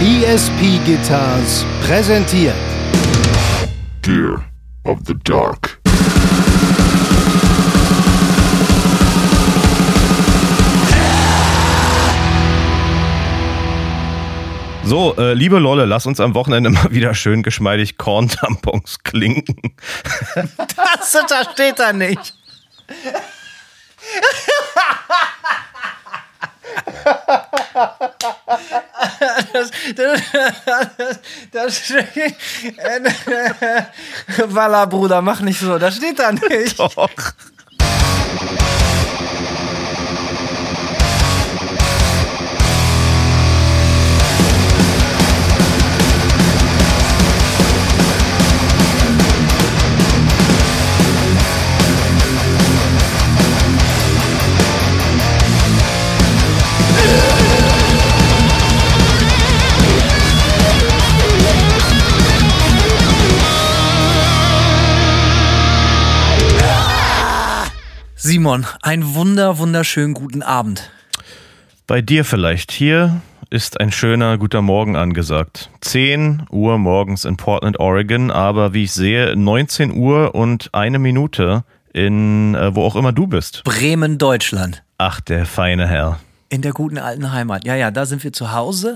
ESP Guitars präsentiert Gear of the Dark. So, liebe Lolle, lass uns am Wochenende mal wieder schön geschmeidig Korntampons klinken. Da steht da nicht. Das steht. Walla, Bruder, mach nicht so. Das steht da nicht. Doch. Simon, einen wunderschönen guten Abend. Bei dir vielleicht. Hier ist ein schöner guter Morgen angesagt. 10 Uhr morgens in Portland, Oregon, aber wie ich sehe, 19 Uhr und 1 Minute in wo auch immer du bist. Bremen, Deutschland. Ach, der feine Herr. In der guten alten Heimat. Ja, da sind wir zu Hause.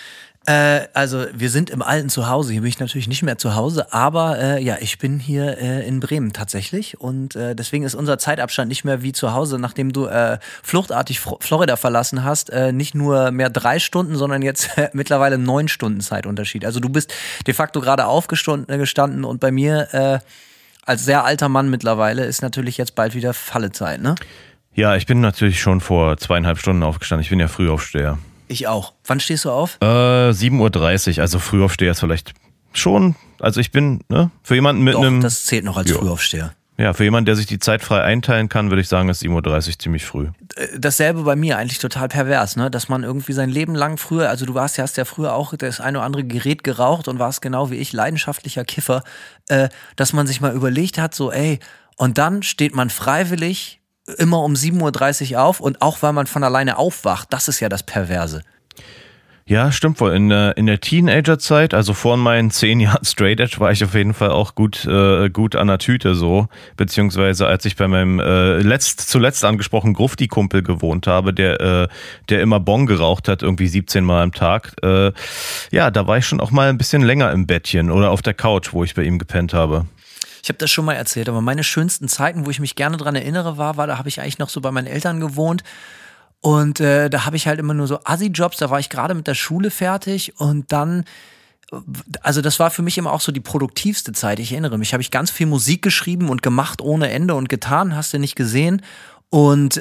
Also wir sind im alten Zuhause, hier bin ich natürlich nicht mehr zu Hause, aber ich bin hier in Bremen tatsächlich und deswegen ist unser Zeitabstand nicht mehr wie zu Hause, nachdem du fluchtartig Florida verlassen hast, nicht nur mehr 3 Stunden, sondern jetzt mittlerweile 9 Stunden Zeitunterschied. Also du bist de facto gerade aufgestanden und bei mir als sehr alter Mann mittlerweile ist natürlich jetzt bald wieder Fallezeit, ne? Ja, ich bin natürlich schon vor 2,5 Stunden aufgestanden, ich bin ja Frühaufsteher. Ich auch. Wann stehst du auf? 7:30 Uhr, also Frühaufsteher ist vielleicht schon, also ich bin, ne, für jemanden mit einem... das zählt noch als Frühaufsteher. Ja, für jemanden, der sich die Zeit frei einteilen kann, würde ich sagen, ist 7:30 Uhr ziemlich früh. Dasselbe bei mir, eigentlich total pervers, ne? Dass man irgendwie sein Leben lang früher, also du hast ja früher auch das eine oder andere Gerät geraucht und warst genau wie ich leidenschaftlicher Kiffer, dass man sich mal überlegt hat, so und dann steht man freiwillig immer um 7:30 Uhr auf und auch weil man von alleine aufwacht, das ist ja das Perverse. Ja, stimmt wohl. In der Teenagerzeit, also vor meinen 10 Jahren Straight Edge, war ich auf jeden Fall auch gut an der Tüte so. Beziehungsweise als ich bei meinem zuletzt angesprochenen Grufti-Kumpel gewohnt habe, der immer Bong geraucht hat, irgendwie 17 Mal am Tag. Da war ich schon auch mal ein bisschen länger im Bettchen oder auf der Couch, wo ich bei ihm gepennt habe. Ich habe das schon mal erzählt, aber meine schönsten Zeiten, wo ich mich gerne dran erinnere, war, da habe ich eigentlich noch so bei meinen Eltern gewohnt. Und da habe ich halt immer nur so Assi-Jobs, da war ich gerade mit der Schule fertig und dann, also das war für mich immer auch so die produktivste Zeit, ich erinnere mich, habe ich ganz viel Musik geschrieben und gemacht ohne Ende und getan, hast du nicht gesehen und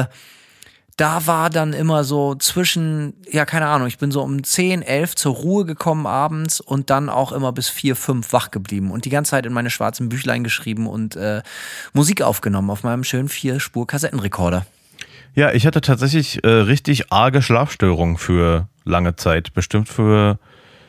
da war dann immer so zwischen, keine Ahnung, ich bin so um 10, 11 zur Ruhe gekommen abends und dann auch immer bis 4, 5 wach geblieben und die ganze Zeit in meine schwarzen Büchlein geschrieben und Musik aufgenommen auf meinem schönen 4-Spur-Kassettenrekorder. Ja, ich hatte tatsächlich richtig arge Schlafstörungen für lange Zeit. Bestimmt für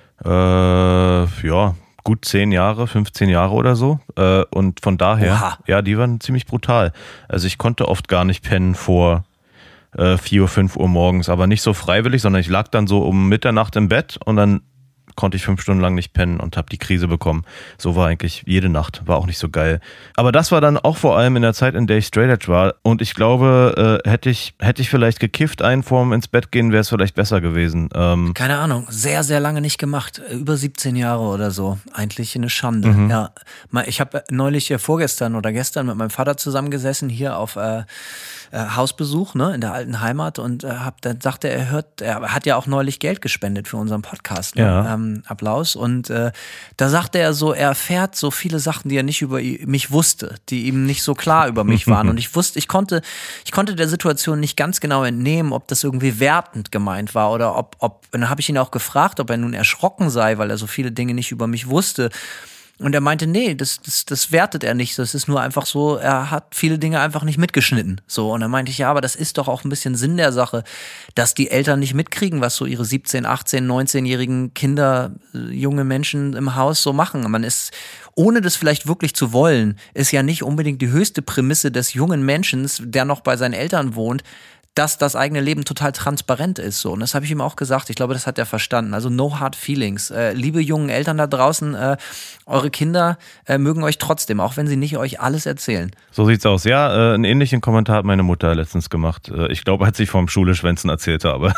gut 10 Jahre, 15 Jahre oder so. Und von daher, die waren ziemlich brutal. Also ich konnte oft gar nicht pennen vor 4, 5 Uhr morgens, aber nicht so freiwillig, sondern ich lag dann so um Mitternacht im Bett und dann konnte ich 5 Stunden lang nicht pennen und habe die Krise bekommen. So war eigentlich jede Nacht, war auch nicht so geil. Aber das war dann auch vor allem in der Zeit, in der ich Straight Edge war. Und ich glaube, hätte ich vielleicht gekifft vorm ins Bett gehen, wäre es vielleicht besser gewesen. Keine Ahnung, sehr, sehr lange nicht gemacht. Über 17 Jahre oder so. Eigentlich eine Schande. Mhm. Ja, ich habe neulich vorgestern oder gestern mit meinem Vater zusammengesessen hier auf Hausbesuch, ne, in der alten Heimat und dann sagte er hat ja auch neulich Geld gespendet für unseren Podcast, ne? Ja. Applaus und da sagte er so, er erfährt so viele Sachen, die er nicht über mich wusste, die ihm nicht so klar über mich waren und ich konnte der Situation nicht ganz genau entnehmen, ob das irgendwie wertend gemeint war oder ob und dann habe ich ihn auch gefragt, ob er nun erschrocken sei, weil er so viele Dinge nicht über mich wusste. Und er meinte, nee, das wertet er nicht. Das ist nur einfach so, er hat viele Dinge einfach nicht mitgeschnitten. So, und dann meinte ich, ja, aber das ist doch auch ein bisschen Sinn der Sache, dass die Eltern nicht mitkriegen, was so ihre 17, 18, 19-jährigen Kinder, junge Menschen im Haus so machen. Man ist, ohne das vielleicht wirklich zu wollen, ist ja nicht unbedingt die höchste Prämisse des jungen Menschen, der noch bei seinen Eltern wohnt, dass das eigene Leben total transparent ist. So. Und das habe ich ihm auch gesagt. Ich glaube, das hat er verstanden. Also no hard feelings. Liebe jungen Eltern da draußen, eure Kinder mögen euch trotzdem, auch wenn sie nicht euch alles erzählen. So sieht's aus. Ja, einen ähnlichen Kommentar hat meine Mutter letztens gemacht. Ich glaube, als ich vom Schuleschwänzen erzählt habe.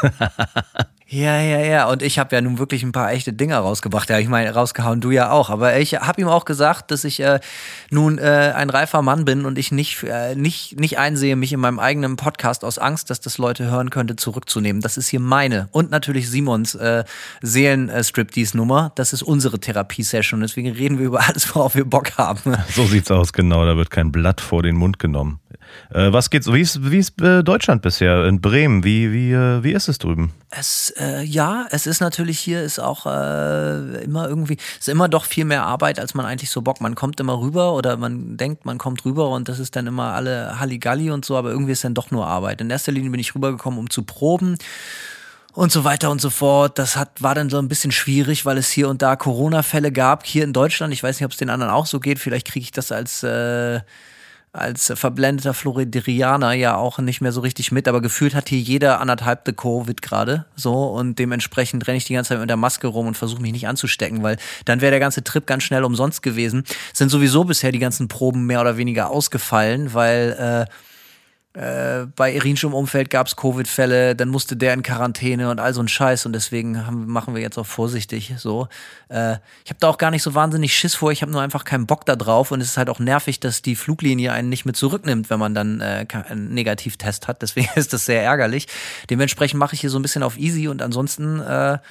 Ja. Und ich habe ja nun wirklich ein paar echte Dinger rausgebracht. Ja, ich meine, rausgehauen, du ja auch. Aber ich habe ihm auch gesagt, dass ich nun ein reifer Mann bin und ich nicht einsehe, mich in meinem eigenen Podcast aus Angst, dass das Leute hören könnte, zurückzunehmen. Das ist hier meine und natürlich Simons Seelen-Striptease-Nummer. Das ist unsere Therapiesession. Deswegen reden wir über alles, worauf wir Bock haben. So sieht's aus, genau. Da wird kein Blatt vor den Mund genommen. Was geht's? Wie ist Deutschland bisher? In Bremen? Wie ist es drüben? Es ist natürlich hier, ist auch ist immer doch viel mehr Arbeit, als man eigentlich so Bock. Man kommt immer rüber oder man denkt, man kommt rüber und das ist dann immer alle Halligalli und so, aber irgendwie ist dann doch nur Arbeit. In erster Linie bin ich rübergekommen, um zu proben und so weiter und so fort. Das war dann so ein bisschen schwierig, weil es hier und da Corona-Fälle gab, hier in Deutschland. Ich weiß nicht, ob es den anderen auch so geht. Vielleicht kriege ich das als verblendeter Floridianer ja auch nicht mehr so richtig mit, aber gefühlt hat hier jeder 1,5. Covid gerade so und dementsprechend renne ich die ganze Zeit mit der Maske rum und versuche mich nicht anzustecken, weil dann wäre der ganze Trip ganz schnell umsonst gewesen. Sind sowieso bisher die ganzen Proben mehr oder weniger ausgefallen, weil bei Irinsch im Umfeld gab es Covid-Fälle, dann musste der in Quarantäne und all so ein Scheiß und deswegen machen wir jetzt auch vorsichtig so. Ich habe da auch gar nicht so wahnsinnig Schiss vor, ich habe nur einfach keinen Bock da drauf und es ist halt auch nervig, dass die Fluglinie einen nicht mit zurücknimmt, wenn man dann einen Negativtest hat, deswegen ist das sehr ärgerlich. Dementsprechend mache ich hier so ein bisschen auf easy und ansonsten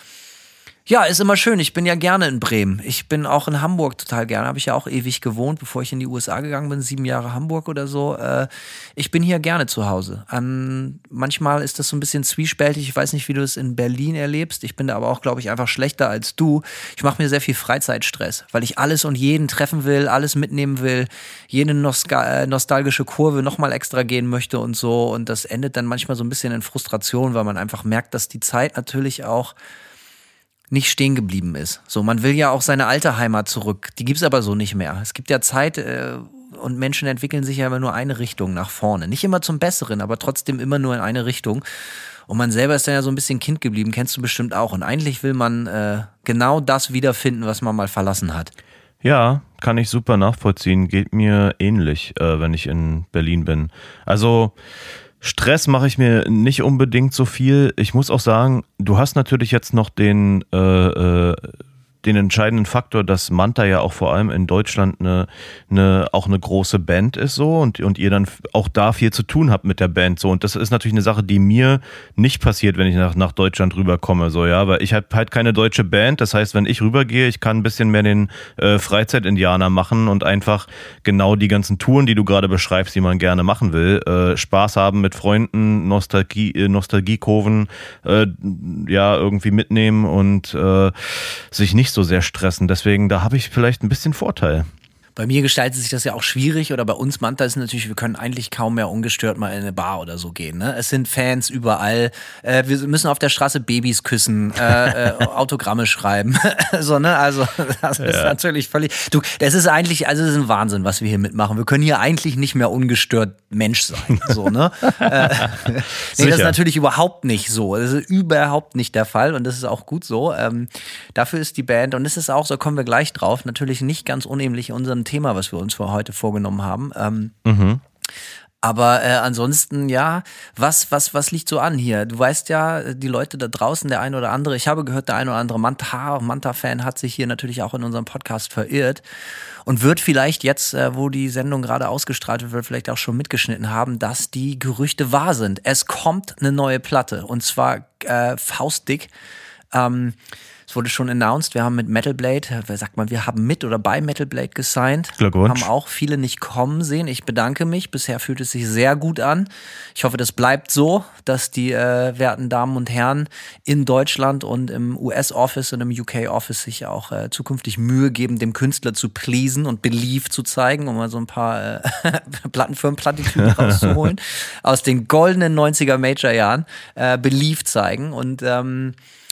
ja, ist immer schön. Ich bin ja gerne in Bremen. Ich bin auch in Hamburg total gerne. Habe ich ja auch ewig gewohnt, bevor ich in die USA gegangen bin. 7 Jahre Hamburg oder so. Ich bin hier gerne zu Hause. Manchmal ist das so ein bisschen zwiespältig. Ich weiß nicht, wie du es in Berlin erlebst. Ich bin da aber auch, glaube ich, einfach schlechter als du. Ich mache mir sehr viel Freizeitstress, weil ich alles und jeden treffen will, alles mitnehmen will, jede nostalgische Kurve nochmal extra gehen möchte und so. Und das endet dann manchmal so ein bisschen in Frustration, weil man einfach merkt, dass die Zeit natürlich auch nicht stehen geblieben ist. So, man will ja auch seine alte Heimat zurück. Die gibt's aber so nicht mehr. Es gibt ja Zeit und Menschen entwickeln sich ja immer nur eine Richtung nach vorne. Nicht immer zum Besseren, aber trotzdem immer nur in eine Richtung. Und man selber ist dann ja so ein bisschen Kind geblieben, kennst du bestimmt auch. Und eigentlich will man genau das wiederfinden, was man mal verlassen hat. Ja, kann ich super nachvollziehen. Geht mir ähnlich, wenn ich in Berlin bin. Also Stress mache ich mir nicht unbedingt so viel. Ich muss auch sagen, du hast natürlich jetzt noch den entscheidenden Faktor, dass Manta ja auch vor allem in Deutschland auch eine große Band ist so und ihr dann auch da viel zu tun habt mit der Band so und das ist natürlich eine Sache, die mir nicht passiert, wenn ich nach Deutschland rüberkomme so, ja, weil ich habe halt keine deutsche Band, das heißt, wenn ich rübergehe, ich kann ein bisschen mehr den Freizeit-Indianer machen und einfach genau die ganzen Touren, die du gerade beschreibst, die man gerne machen will, Spaß haben mit Freunden, Nostalgiekurven ja, irgendwie mitnehmen und sich nicht so sehr stressen. Deswegen, da habe ich vielleicht ein bisschen Vorteil. Bei mir gestaltet sich das ja auch schwierig oder bei uns Manta ist natürlich, wir können eigentlich kaum mehr ungestört mal in eine Bar oder so gehen. Ne? Es sind Fans überall. Wir müssen auf der Straße Babys küssen, Autogramme schreiben. So, ne? Also das ist natürlich völlig. Das ist eigentlich, also das ist ein Wahnsinn, was wir hier mitmachen. Wir können hier eigentlich nicht mehr ungestört Mensch sein. So, ne? Nee, das ist natürlich überhaupt nicht so. Das ist überhaupt nicht der Fall und das ist auch gut so. Dafür ist die Band, und es ist auch, so kommen wir gleich drauf, natürlich nicht ganz unähnlich unserem Thema, was wir uns für heute vorgenommen haben. Aber ansonsten, ja, was liegt so an hier? Du weißt ja, die Leute da draußen, der ein oder andere, ich habe gehört, der ein oder andere Manta-Fan hat sich hier natürlich auch in unserem Podcast verirrt und wird vielleicht jetzt, wo die Sendung gerade ausgestrahlt wird, vielleicht auch schon mitgeschnitten haben, dass die Gerüchte wahr sind. Es kommt eine neue Platte und zwar faustdick. Es wurde schon announced, wir haben mit Metal Blade, wir haben mit oder bei Metal Blade gesigned. Glückwunsch. Haben auch viele nicht kommen sehen. Ich bedanke mich. Bisher fühlt es sich sehr gut an. Ich hoffe, das bleibt so, dass die werten Damen und Herren in Deutschland und im US-Office und im UK-Office sich auch zukünftig Mühe geben, dem Künstler zu pleasen und Belief zu zeigen, um mal so ein paar Plattenfirmen-Plattitüden rauszuholen. Aus den goldenen 90er Major-Jahren Belief zeigen und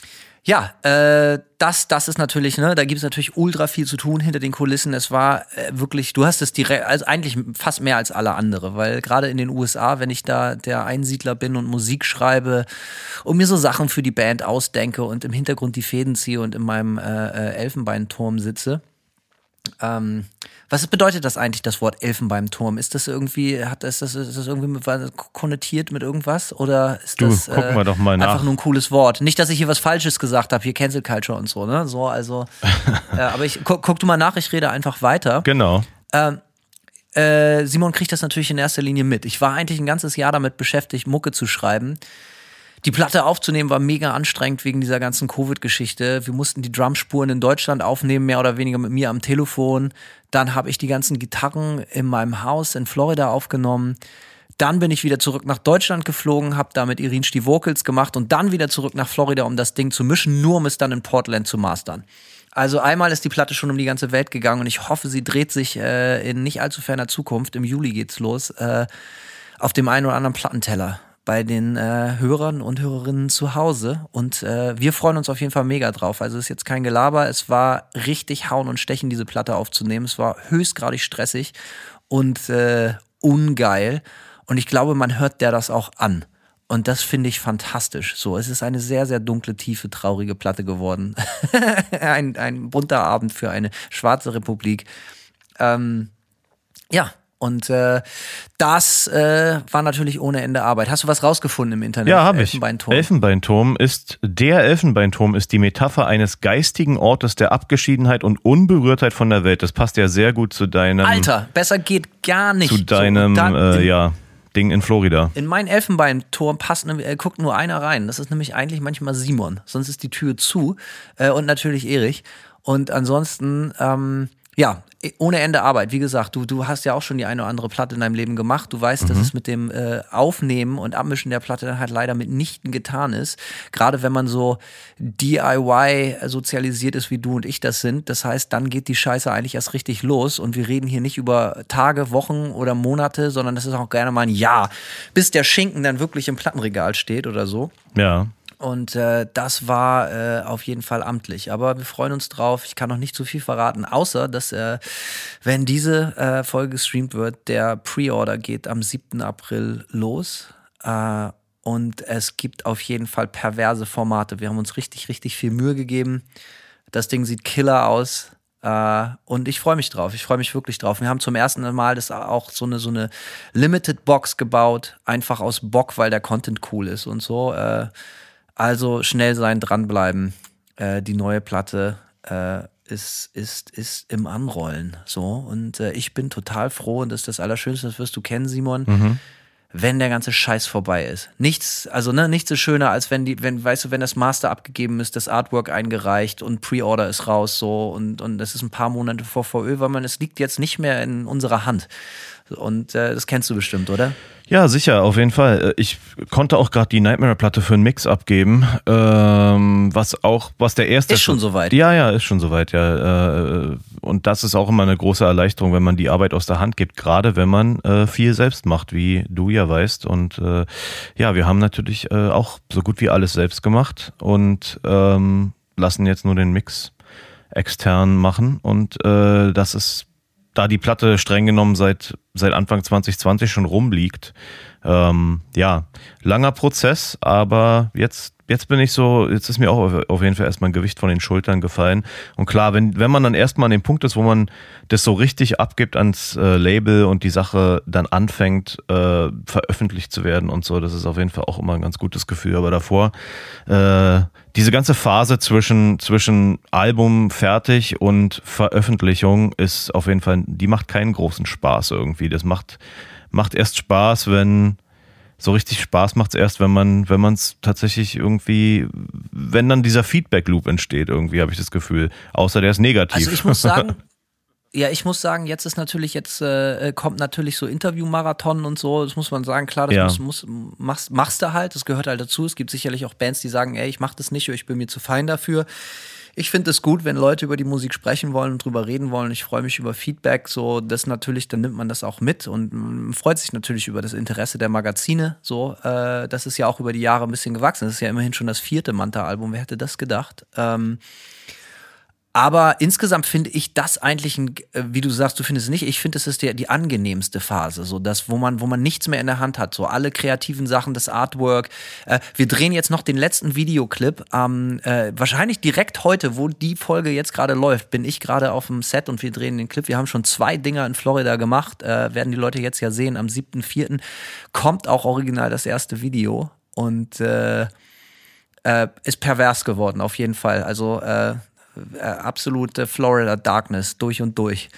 Ja, das ist natürlich, ne, da gibt es natürlich ultra viel zu tun hinter den Kulissen. Es war wirklich, du hast es direkt, also eigentlich fast mehr als alle andere, weil gerade in den USA, wenn ich da der Einsiedler bin und Musik schreibe und mir so Sachen für die Band ausdenke und im Hintergrund die Fäden ziehe und in meinem Elfenbeinturm sitze. Was bedeutet das eigentlich, das Wort Elfenbeinturm? Ist das irgendwie, ist das irgendwie konnotiert mit irgendwas? Oder ist das gucken wir doch mal nach. Einfach nur ein cooles Wort? Nicht, dass ich hier was Falsches gesagt habe, hier Cancel Culture und so, ne? So, also, aber guck du mal nach, ich rede einfach weiter. Genau. Simon kriegt das natürlich in erster Linie mit. Ich war eigentlich ein ganzes Jahr damit beschäftigt, Mucke zu schreiben. Die Platte aufzunehmen war mega anstrengend wegen dieser ganzen Covid-Geschichte. Wir mussten die Drumspuren in Deutschland aufnehmen, mehr oder weniger mit mir am Telefon. Dann habe ich die ganzen Gitarren in meinem Haus in Florida aufgenommen. Dann bin ich wieder zurück nach Deutschland geflogen, habe da mit Irinsch die Vocals gemacht und dann wieder zurück nach Florida, um das Ding zu mischen, nur um es dann in Portland zu mastern. Also einmal ist die Platte schon um die ganze Welt gegangen und ich hoffe, sie dreht sich in nicht allzu ferner Zukunft, im Juli geht's los, auf dem einen oder anderen Plattenteller bei den Hörern und Hörerinnen zu Hause. Und wir freuen uns auf jeden Fall mega drauf. Also es ist jetzt kein Gelaber, es war richtig hauen und stechen, diese Platte aufzunehmen. Es war höchstgradig stressig und ungeil. Und ich glaube, man hört der das auch an. Und das finde ich fantastisch. So, es ist eine sehr, sehr dunkle, tiefe, traurige Platte geworden. ein bunter Abend für eine schwarze Republik. Ja. Und das war natürlich ohne Ende Arbeit. Hast du was rausgefunden im Internet? Ja, habe ich. Elfenbeinturm Der Elfenbeinturm ist die Metapher eines geistigen Ortes der Abgeschiedenheit und Unberührtheit von der Welt. Das passt ja sehr gut zu deinem... Alter, besser geht gar nicht. Zu deinem, Ding in Florida. In meinen Elfenbeinturm guckt nur einer rein. Das ist nämlich eigentlich manchmal Simon. Sonst ist die Tür zu. Und natürlich Erich. Und ansonsten... ja, ohne Ende Arbeit. Wie gesagt, du hast ja auch schon die eine oder andere Platte in deinem Leben gemacht. Du weißt, dass es mit dem Aufnehmen und Abmischen der Platte dann halt leider mitnichten getan ist. Gerade wenn man so DIY sozialisiert ist, wie du und ich das sind. Das heißt, dann geht die Scheiße eigentlich erst richtig los. Und wir reden hier nicht über Tage, Wochen oder Monate, sondern das ist auch gerne mal ein Jahr, bis der Schinken dann wirklich im Plattenregal steht oder so. Ja. Und das war auf jeden Fall amtlich. Aber wir freuen uns drauf. Ich kann noch nicht zu viel verraten, außer dass, wenn diese Folge gestreamt wird, der Pre-Order geht am 7. April los. Und es gibt auf jeden Fall perverse Formate. Wir haben uns richtig, richtig viel Mühe gegeben. Das Ding sieht killer aus. Und ich freue mich drauf. Ich freue mich wirklich drauf. Wir haben zum ersten Mal das auch so eine Limited Box gebaut. Einfach aus Bock, weil der Content cool ist und so. Also schnell sein, dranbleiben. Die neue Platte ist im Anrollen. So. Und ich bin total froh, und das ist das Allerschönste, das wirst du kennen, Simon, wenn der ganze Scheiß vorbei ist. Nichts ist schöner, als wenn das Master abgegeben ist, das Artwork eingereicht und Pre-Order ist raus, so, und das ist ein paar Monate vor VÖ, weil es liegt jetzt nicht mehr in unserer Hand. Und das kennst du bestimmt, oder? Ja, sicher, auf jeden Fall. Ich konnte auch gerade die Nightmare-Platte für einen Mix abgeben, was der erste... Ist schon soweit. Ja, ist schon soweit, ja. Und das ist auch immer eine große Erleichterung, wenn man die Arbeit aus der Hand gibt, gerade wenn man viel selbst macht, wie du ja weißt. Und ja, wir haben natürlich auch so gut wie alles selbst gemacht und lassen jetzt nur den Mix extern machen. Und das ist, da die Platte streng genommen seit Anfang 2020 schon rumliegt. Ja, langer Prozess, aber jetzt ist mir auch auf jeden Fall erstmal ein Gewicht von den Schultern gefallen. Und klar, wenn man dann erstmal an dem Punkt ist, wo man das so richtig abgibt ans Label und die Sache dann anfängt, veröffentlicht zu werden und so, das ist auf jeden Fall auch immer ein ganz gutes Gefühl. Aber davor, diese ganze Phase zwischen Album fertig und Veröffentlichung ist auf jeden Fall, die macht keinen großen Spaß irgendwie. Das macht erst Spaß, so richtig Spaß macht es erst, wenn man es tatsächlich irgendwie, wenn dann dieser Feedback-Loop entsteht, irgendwie habe ich das Gefühl. Außer der ist negativ. Also ich muss sagen, jetzt kommt natürlich so Interview-Marathon und so, das muss man sagen, klar, das machst du halt, das gehört halt dazu. Es gibt sicherlich auch Bands, die sagen, ey, ich mach das nicht oder ich bin mir zu fein dafür. Ich finde es gut, wenn Leute über die Musik sprechen wollen und drüber reden wollen. Ich freue mich über Feedback, so das natürlich, dann nimmt man das auch mit und freut sich natürlich über das Interesse der Magazine. So, das ist ja auch über die Jahre ein bisschen gewachsen. Das ist ja immerhin schon das 4. Manta-Album. Wer hätte das gedacht? Aber insgesamt finde ich das eigentlich, wie du sagst, du findest es nicht, ich finde, es ist die angenehmste Phase, so das, wo man nichts mehr in der Hand hat, so alle kreativen Sachen, das Artwork. Wir drehen jetzt noch den letzten Videoclip, wahrscheinlich direkt heute, wo die Folge jetzt gerade läuft, bin ich gerade auf dem Set und wir drehen den Clip. Wir haben schon 2 Dinger in Florida gemacht, werden die Leute jetzt ja sehen, am 7.4. kommt auch original das erste Video und ist pervers geworden, auf jeden Fall, also absolute Florida Darkness durch und durch.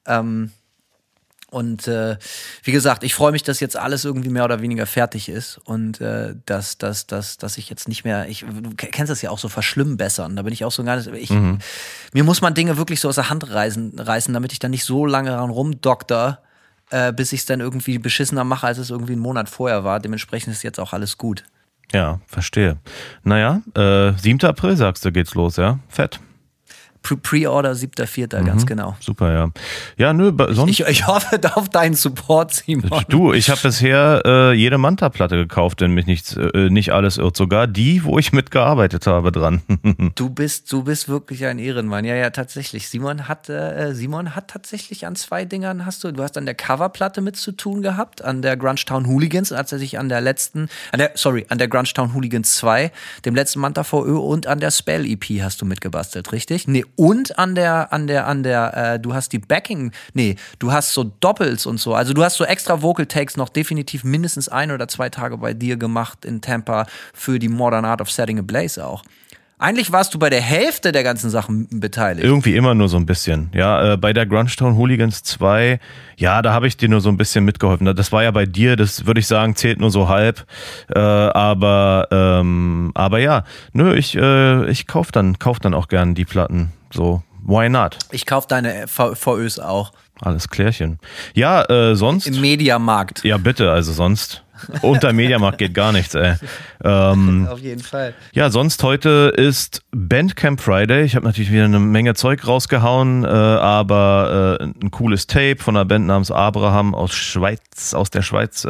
Wie gesagt, ich freue mich, dass jetzt alles irgendwie mehr oder weniger fertig ist und dass ich jetzt nicht mehr, du kennst das ja auch so verschlimmbessern, da bin ich auch so gar nicht, mir muss man Dinge wirklich so aus der Hand reißen, damit ich dann nicht so lange daran rumdokter, bis ich es dann irgendwie beschissener mache, als es irgendwie einen Monat vorher war. Dementsprechend ist jetzt auch alles gut. Ja, verstehe. Naja, 7. April sagst du, geht's los, ja? Fett. Pre-Order 7.4., ganz genau. Super, ja. Ja, nö, sonst... Ich hoffe auf deinen Support, Simon. Du, ich habe bisher jede Manta-Platte gekauft, wenn mich nicht alles irrt. Sogar die, wo ich mitgearbeitet habe dran. Du bist wirklich ein Ehrenmann. Ja, tatsächlich. Simon hat tatsächlich an 2 Dingern du hast an der Coverplatte mit zu tun gehabt, an der Grungetown Hooligans, als er sich an der Grungetown Hooligans 2, dem letzten Manta VÖ und an der Spell EP hast du mitgebastelt, richtig? Nee, und an der, du hast du hast so Doppels und so. Also du hast so extra Vocal Takes noch definitiv mindestens 1 oder 2 Tage bei dir gemacht in Tampa für die Modern Art of Setting a Blaze auch. Eigentlich warst du bei der Hälfte der ganzen Sachen beteiligt. Irgendwie immer nur so ein bisschen. Ja, bei der Grungetown Hooligans 2, ja, da habe ich dir nur so ein bisschen mitgeholfen. Das war ja bei dir, das würde ich sagen, zählt nur so halb. Aber ja, nö, ich kauf dann auch gern die Platten. So, why not? Ich kauf deine VÖs auch. Alles klärchen. Ja, sonst... Im Mediamarkt. Ja, bitte, also sonst... Unter Mediamarkt geht gar nichts, ey. Auf jeden Fall. Ja, sonst heute ist Bandcamp Friday. Ich habe natürlich wieder eine Menge Zeug rausgehauen, aber ein cooles Tape von einer Band namens Abraham aus der Schweiz.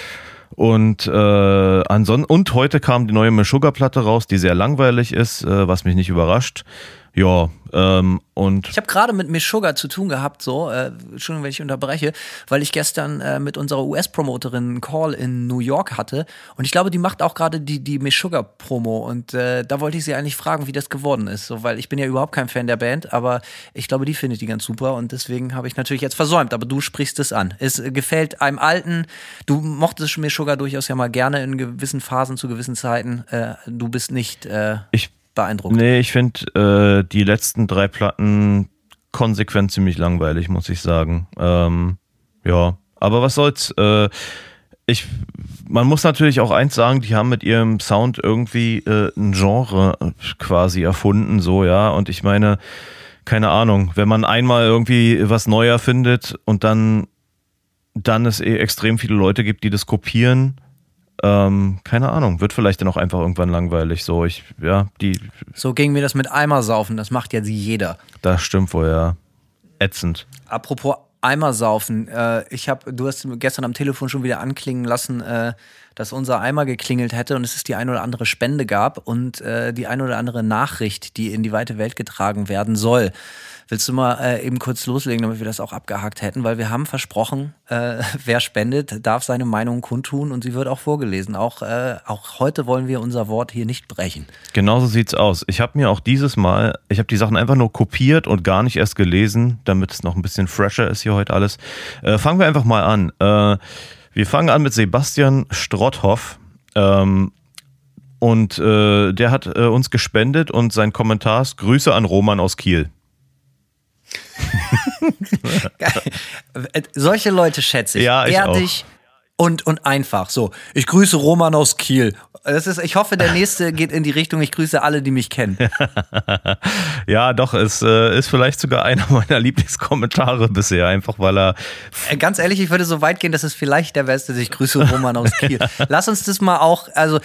Und heute kam die neue Meshuggah-Platte raus, die sehr langweilig ist, was mich nicht überrascht. Ja, und... Ich habe gerade mit Meshuggah zu tun gehabt, Entschuldigung, wenn ich unterbreche, weil ich gestern mit unserer US-Promoterin einen Call in New York hatte und ich glaube, die macht auch gerade die Meshuggah-Promo und da wollte ich sie eigentlich fragen, wie das geworden ist, so, weil ich bin ja überhaupt kein Fan der Band, aber ich glaube, die findet die ganz super und deswegen habe ich natürlich jetzt versäumt, aber du sprichst es an. Es gefällt einem Alten, du mochtest Meshuggah durchaus ja mal gerne in gewissen Phasen zu gewissen Zeiten, du bist nicht... beeindruckt. Nee, ich finde die letzten 3 Platten konsequent ziemlich langweilig, muss ich sagen. Ja, aber was soll's. Man muss natürlich auch eins sagen, die haben mit ihrem Sound irgendwie ein Genre quasi erfunden, so, ja. Und ich meine, keine Ahnung, wenn man einmal irgendwie was Neuer findet und dann es extrem viele Leute gibt, die das kopieren, keine Ahnung, wird vielleicht dann auch einfach irgendwann langweilig. So ging mir das mit Eimersaufen, das macht ja jeder. Das stimmt wohl, ja. Ätzend. Apropos Eimersaufen, du hast gestern am Telefon schon wieder anklingen lassen, dass unser Eimer geklingelt hätte und es ist die ein oder andere Spende gab und die ein oder andere Nachricht, die in die weite Welt getragen werden soll. Willst du mal eben kurz loslegen, damit wir das auch abgehakt hätten? Weil wir haben versprochen, wer spendet, darf seine Meinung kundtun und sie wird auch vorgelesen. Auch heute wollen wir unser Wort hier nicht brechen. Genauso sieht's aus. Ich habe mir auch die Sachen einfach nur kopiert und gar nicht erst gelesen, damit es noch ein bisschen fresher ist hier heute alles. Fangen wir einfach mal an. Wir fangen an mit Sebastian Strotthoff. Und der hat uns gespendet und sein Kommentar ist: Grüße an Roman aus Kiel. Solche Leute schätze ich. Ja, ehrlich und einfach. So, ich grüße Roman aus Kiel. Ich hoffe, der nächste geht in die Richtung, ich grüße alle, die mich kennen. Ja, doch, es ist vielleicht sogar einer meiner Lieblingskommentare bisher, einfach weil er... Ganz ehrlich, ich würde so weit gehen, dass es vielleicht der Beste ist, ich grüße Roman aus Kiel. Lass uns das mal auch, also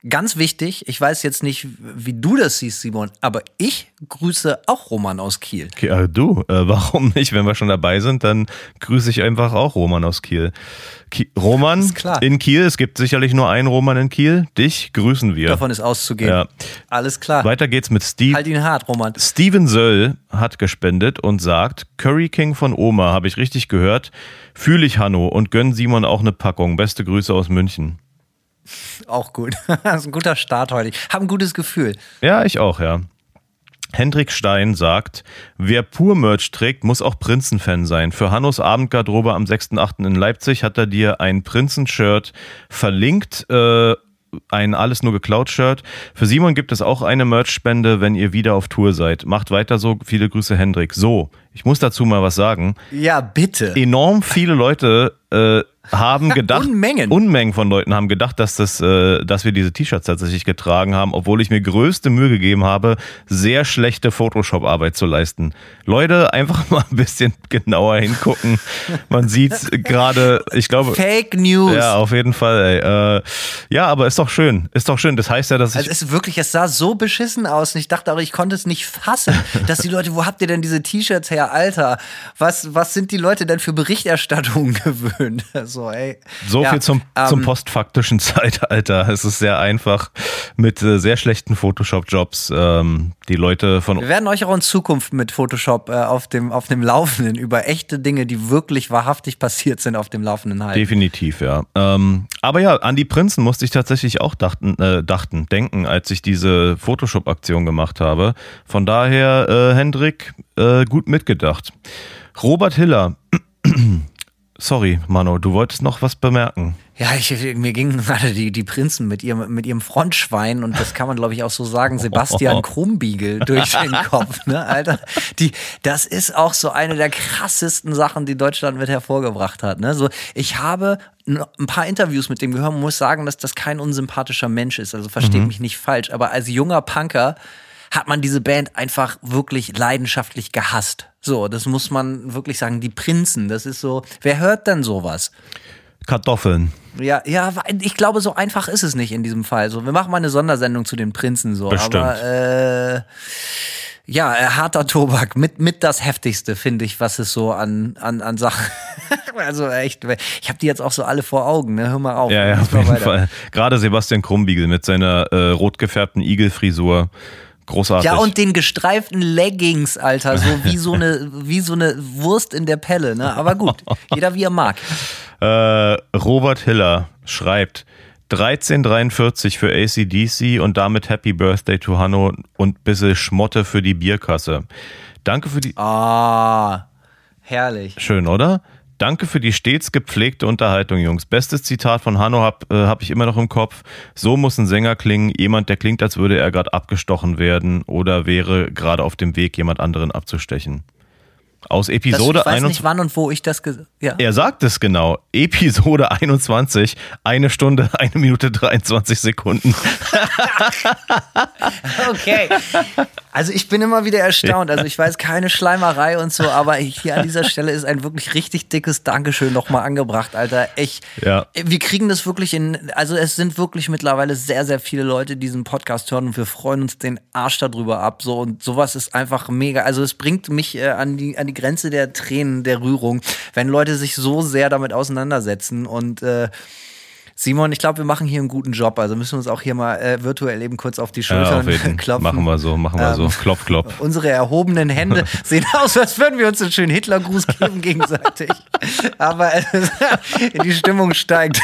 ganz wichtig, ich weiß jetzt nicht, wie du das siehst, Simon, aber ich grüße auch Roman aus Kiel. Okay, warum nicht? Wenn wir schon dabei sind, dann grüße ich einfach auch Roman aus Kiel. Roman in Kiel, es gibt sicherlich nur einen Roman in Kiel. Dich grüßen wir. Davon ist auszugehen. Ja. Alles klar. Weiter geht's mit Steve. Halt ihn hart, Roman. Steven Söll hat gespendet und sagt, Curry King von Oma, habe ich richtig gehört. Fühle ich, Hanno, und gönn Simon auch eine Packung. Beste Grüße aus München. Auch gut. Das ist ein guter Start heute. Ich habe ein gutes Gefühl. Ja, ich auch, ja. Hendrik Stein sagt, wer Pur-Merch trägt, muss auch Prinzen-Fan sein. Für Hannos Abendgarderobe am 6.8. in Leipzig hat er dir ein Prinzen-Shirt verlinkt, ein Alles nur geklaut Shirt. Für Simon gibt es auch eine Merch-Spende, wenn ihr wieder auf Tour seid. Macht weiter so. Viele Grüße, Hendrik. So, ich muss dazu mal was sagen. Ja, bitte. Enorm viele Leute haben gedacht, Unmengen von Leuten haben gedacht, dass wir diese T-Shirts tatsächlich getragen haben, obwohl ich mir größte Mühe gegeben habe, sehr schlechte Photoshop-Arbeit zu leisten. Leute, einfach mal ein bisschen genauer hingucken. Man sieht gerade, ich glaube... Fake News. Ja, auf jeden Fall, ey. Ja, aber ist doch schön. Ist doch schön. Das heißt ja, dass ich... Also es sah so beschissen aus und ich dachte auch, ich konnte es nicht fassen, dass die Leute, wo habt ihr denn diese T-Shirts her, Alter? Was sind die Leute denn für Berichterstattungen gewöhnt? So, ey. Viel zum postfaktischen Zeitalter. Es ist sehr einfach mit sehr schlechten Photoshop-Jobs die Leute von... Wir werden euch auch in Zukunft mit Photoshop auf dem Laufenden über echte Dinge, die wirklich wahrhaftig passiert sind, auf dem Laufenden halten. Definitiv, ja. Aber ja, an die Prinzen musste ich tatsächlich auch denken, als ich diese Photoshop-Aktion gemacht habe. Von daher, Hendrik, gut mitgedacht. Robert Hiller... Sorry, Mano, du wolltest noch was bemerken. Ja, mir gingen gerade die Prinzen mit ihrem Frontschwein, und das kann man, glaube ich, auch so sagen, Sebastian Krumbiegel durch den Kopf, ne, Alter. Das ist auch so eine der krassesten Sachen, die Deutschland mit hervorgebracht hat, ne. So, ich habe ein paar Interviews mit dem gehört und muss sagen, dass das kein unsympathischer Mensch ist, also versteht mich nicht falsch, aber als junger Punker hat man diese Band einfach wirklich leidenschaftlich gehasst. So, das muss man wirklich sagen. Die Prinzen, das ist so, wer hört denn sowas? Kartoffeln. Ja, ich glaube, so einfach ist es nicht in diesem Fall. So, wir machen mal eine Sondersendung zu den Prinzen, so. Bestimmt. Aber, harter Tobak, mit das Heftigste, finde ich, was es so an Sachen. Also echt, ich habe die jetzt auch so alle vor Augen, ne? Hör mal auf. Ja, auf jeden Fall. Gerade Sebastian Krumbiegel mit seiner rot gefärbten Igelfrisur. Großartig. Ja, und den gestreiften Leggings, Alter, so wie so eine Wurst in der Pelle, ne? Aber gut, jeder wie er mag. Robert Hiller schreibt 13,43 für AC/DC und damit Happy Birthday to Hanno und bisschen Schmotte für die Bierkasse. Danke für die... Herrlich. Schön, oder? Danke für die stets gepflegte Unterhaltung, Jungs. Bestes Zitat von Hanno hab ich immer noch im Kopf. So muss ein Sänger klingen. Jemand, der klingt, als würde er gerade abgestochen werden oder wäre gerade auf dem Weg, jemand anderen abzustechen. Aus Episode 21. Ich weiß nicht, wann und wo ich das ja. Er sagt es genau. Episode 21, 1 Stunde, 1 Minute 23 Sekunden. Okay. Also ich bin immer wieder erstaunt. Also ich weiß, keine Schleimerei und so, aber hier an dieser Stelle ist ein wirklich richtig dickes Dankeschön nochmal angebracht, Alter. Wir kriegen das wirklich also es sind wirklich mittlerweile sehr, sehr viele Leute, die diesen Podcast hören, und wir freuen uns den Arsch darüber ab. So, und sowas ist einfach mega. Also es bringt mich an die Grenze der Tränen, der Rührung, wenn Leute sich so sehr damit auseinandersetzen. Und Simon, ich glaube, wir machen hier einen guten Job. Also müssen wir uns auch hier mal virtuell eben kurz auf die Schultern klopfen. Machen wir so. Klopf, klopf. Unsere erhobenen Hände sehen aus, als würden wir uns einen schönen Hitlergruß geben gegenseitig. Aber die Stimmung steigt.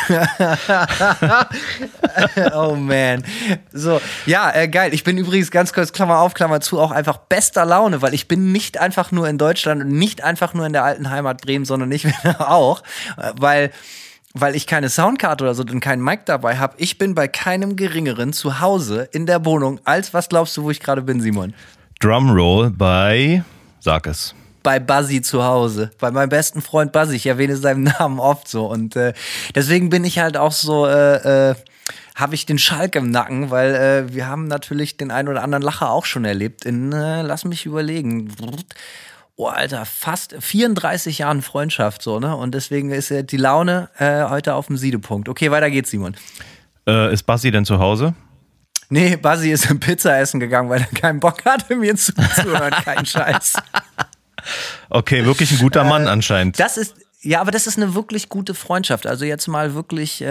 Oh man. So, ja, geil. Ich bin übrigens ganz kurz, Klammer auf, Klammer zu, auch einfach bester Laune, weil ich bin nicht einfach nur in Deutschland und nicht einfach nur in der alten Heimat Bremen, sondern ich bin auch, weil ich keine Soundkarte oder so und keinen Mic dabei habe. Ich bin bei keinem Geringeren zu Hause in der Wohnung als, was glaubst du, wo ich gerade bin, Simon? Drumroll bei, sag es. Bei Buzzy zu Hause, bei meinem besten Freund Buzzy. Ich erwähne seinen Namen oft so. Und deswegen bin ich halt auch so, habe ich den Schalk im Nacken, weil wir haben natürlich den einen oder anderen Lacher auch schon erlebt in, lass mich überlegen, oh, Alter, fast 34 Jahren Freundschaft, so, ne? Und deswegen ist die Laune heute auf dem Siedepunkt. Okay, weiter geht's, Simon. Ist Basti denn zu Hause? Nee, Basi ist im Pizza essen gegangen, weil er keinen Bock hatte, mir zuzuhören. Kein Scheiß. Okay, wirklich ein guter Mann anscheinend. Aber das ist eine wirklich gute Freundschaft. Also jetzt mal wirklich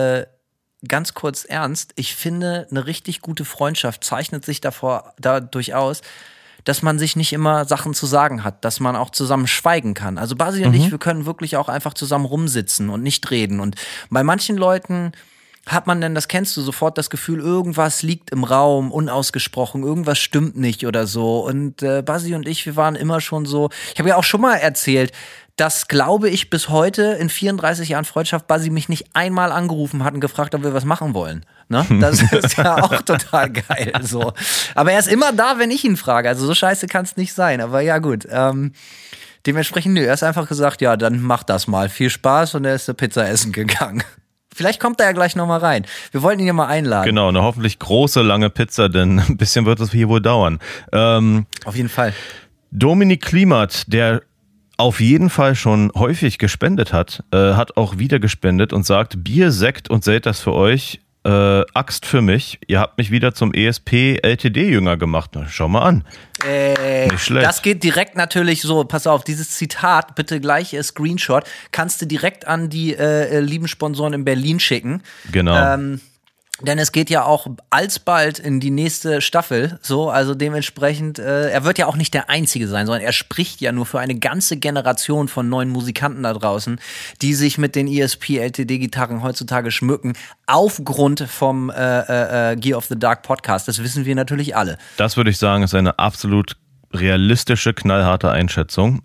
ganz kurz ernst. Ich finde, eine richtig gute Freundschaft zeichnet sich dadurch aus, dass man sich nicht immer Sachen zu sagen hat, dass man auch zusammen schweigen kann. Also Basi und ich, wir können wirklich auch einfach zusammen rumsitzen und nicht reden. Und bei manchen Leuten hat man denn, das kennst du, sofort das Gefühl, irgendwas liegt im Raum, unausgesprochen, irgendwas stimmt nicht oder so. Und Basi und ich, wir waren immer schon so, ich habe ja auch schon mal erzählt, dass, glaube ich, bis heute in 34 Jahren Freundschaft Basi mich nicht einmal angerufen hat und gefragt, ob wir was machen wollen. Ne? Das ist ja auch total geil. So. Aber er ist immer da, wenn ich ihn frage. Also so scheiße kann es nicht sein. Aber ja gut. Dementsprechend, er ist einfach gesagt, ja, dann mach das mal. Viel Spaß, und er ist eine Pizza essen gegangen. Vielleicht kommt er ja gleich nochmal rein. Wir wollten ihn ja mal einladen. Genau, eine hoffentlich große, lange Pizza, denn ein bisschen wird es hier wohl dauern. Auf jeden Fall. Dominik Klimert, der auf jeden Fall schon häufig gespendet hat auch wieder gespendet und sagt, Bier, Sekt und Selters für euch, Axt für mich. Ihr habt mich wieder zum ESP-LTD-Jünger gemacht. Na, schau mal an. Nicht schlecht. Das geht direkt natürlich so, pass auf, dieses Zitat, bitte gleich Screenshot, kannst du direkt an die lieben Sponsoren in Berlin schicken. Genau. Denn es geht ja auch alsbald in die nächste Staffel, so, also dementsprechend, er wird ja auch nicht der Einzige sein, sondern er spricht ja nur für eine ganze Generation von neuen Musikanten da draußen, die sich mit den ESP-LTD-Gitarren heutzutage schmücken, aufgrund vom Gear of the Dark Podcast. Das wissen wir natürlich alle. Das würde ich sagen, ist eine absolut realistische, knallharte Einschätzung.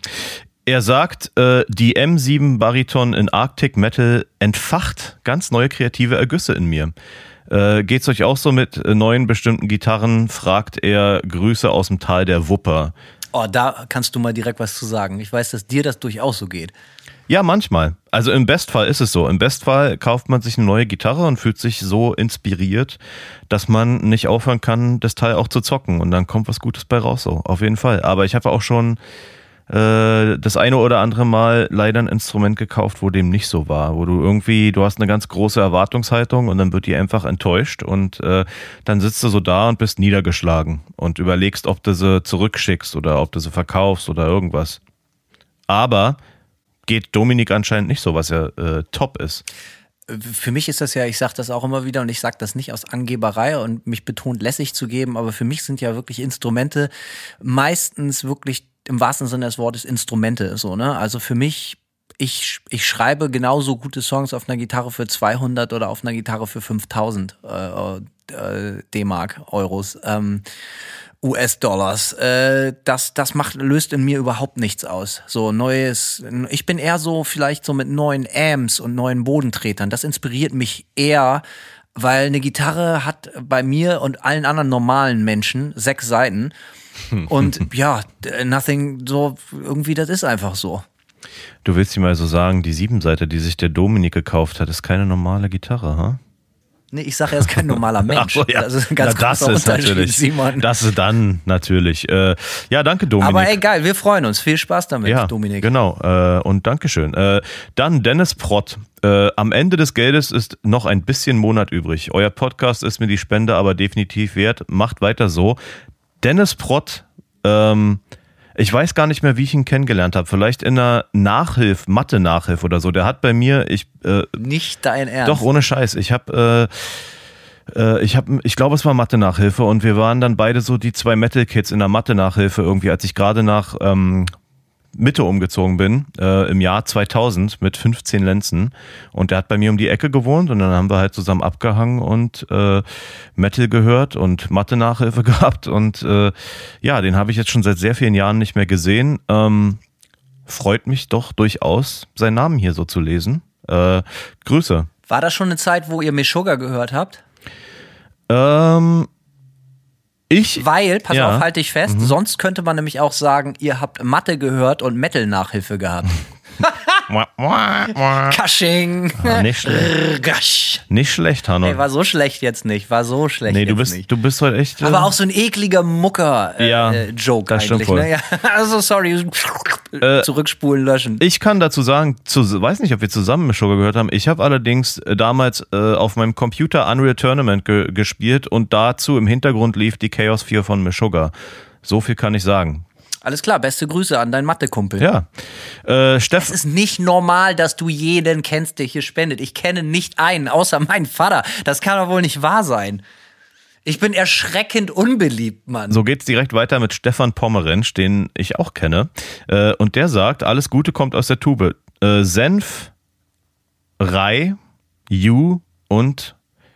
Er sagt, die M7 Bariton in Arctic Metal entfacht ganz neue kreative Ergüsse in mir. Geht's euch auch so mit neuen bestimmten Gitarren? Fragt er. Grüße aus dem Tal der Wupper. Oh, da kannst du mal direkt was zu sagen. Ich weiß, dass dir das durchaus so geht. Ja, manchmal. Also im Bestfall ist es so. Im Bestfall kauft man sich eine neue Gitarre und fühlt sich so inspiriert, dass man nicht aufhören kann, das Teil auch zu zocken. Und dann kommt was Gutes bei raus, so. Auf jeden Fall. Aber ich habe auch schon das eine oder andere Mal leider ein Instrument gekauft, wo dem nicht so war, wo du hast eine ganz große Erwartungshaltung und dann wird die einfach enttäuscht und dann sitzt du so da und bist niedergeschlagen und überlegst, ob du sie zurückschickst oder ob du sie verkaufst oder irgendwas. Aber geht Dominik anscheinend nicht so, was ja top ist. Für mich ist das ja, ich sage das auch immer wieder und ich sage das nicht aus Angeberei und mich betont lässig zu geben, aber für mich sind ja wirklich Instrumente meistens wirklich im wahrsten Sinne des Wortes Instrumente, so, ne? Also für mich, ich schreibe genauso gute Songs auf einer Gitarre für 200 oder auf einer Gitarre für 5000 D-Mark, Euros, US-Dollars. Das löst in mir überhaupt nichts aus. So ich bin eher so vielleicht so mit neuen Amps und neuen Bodentretern. Das inspiriert mich eher, weil eine Gitarre hat bei mir und allen anderen normalen Menschen 6 Saiten. Und ja, nothing, so irgendwie, das ist einfach so. Du willst ihm also sagen, die 7-Seite, die sich der Dominik gekauft hat, ist keine normale Gitarre, ha? Nee, ich sage, er ist kein normaler Mensch. So, ja. Das ist ein ganz großer Unterschied, Simon. Das ist dann natürlich. Ja, danke, Dominik. Aber ey, geil, wir freuen uns. Viel Spaß damit, ja, Dominik. Genau, und Dankeschön. Dann Dennis Prott. Am Ende des Geldes ist noch ein bisschen Monat übrig. Euer Podcast ist mir die Spende aber definitiv wert. Macht weiter so. Dennis Prott, ich weiß gar nicht mehr, wie ich ihn kennengelernt habe. Vielleicht in einer Mathe-Nachhilfe oder so. Der hat bei mir, nicht dein Ernst. Doch, ohne Scheiß. Ich glaube, es war Mathe-Nachhilfe und wir waren dann beide so die 2 Metal-Kids in der Mathe-Nachhilfe irgendwie, als ich gerade nach Mitte umgezogen bin, im Jahr 2000 mit 15 Lenzen, und der hat bei mir um die Ecke gewohnt und dann haben wir halt zusammen abgehangen und Metal gehört und Mathe-Nachhilfe gehabt und ja, den habe ich jetzt schon seit sehr vielen Jahren nicht mehr gesehen. Freut mich doch durchaus, seinen Namen hier so zu lesen. Grüße. War das schon eine Zeit, wo ihr Meshuggah gehört habt? Weil, pass auf, halt dich fest, sonst könnte man nämlich auch sagen, ihr habt Mathe gehört und Metal-Nachhilfe gehabt. Kasching. Nicht schlecht. Nicht schlecht, Hanno. War so schlecht jetzt nicht. Nee, du bist heute echt. Aber auch so ein ekliger Mucker-Joke das eigentlich. Stimmt wohl. Ne? Ja, also sorry. Zurückspulen, löschen. Ich kann dazu sagen, weiß nicht, ob wir zusammen Meshuggah gehört haben. Ich habe allerdings damals auf meinem Computer Unreal Tournament gespielt und dazu im Hintergrund lief die Chaos 4 von Meshuggah. So viel kann ich sagen. Alles klar, beste Grüße an deinen Mathe-Kumpel. Ja. Es ist nicht normal, dass du jeden kennst, der hier spendet. Ich kenne nicht einen, außer meinen Vater. Das kann doch wohl nicht wahr sein. Ich bin erschreckend unbeliebt, Mann. So geht's direkt weiter mit Stefan Pommerensch, den ich auch kenne. Und der sagt, alles Gute kommt aus der Tube. Senf, Rei, Ju und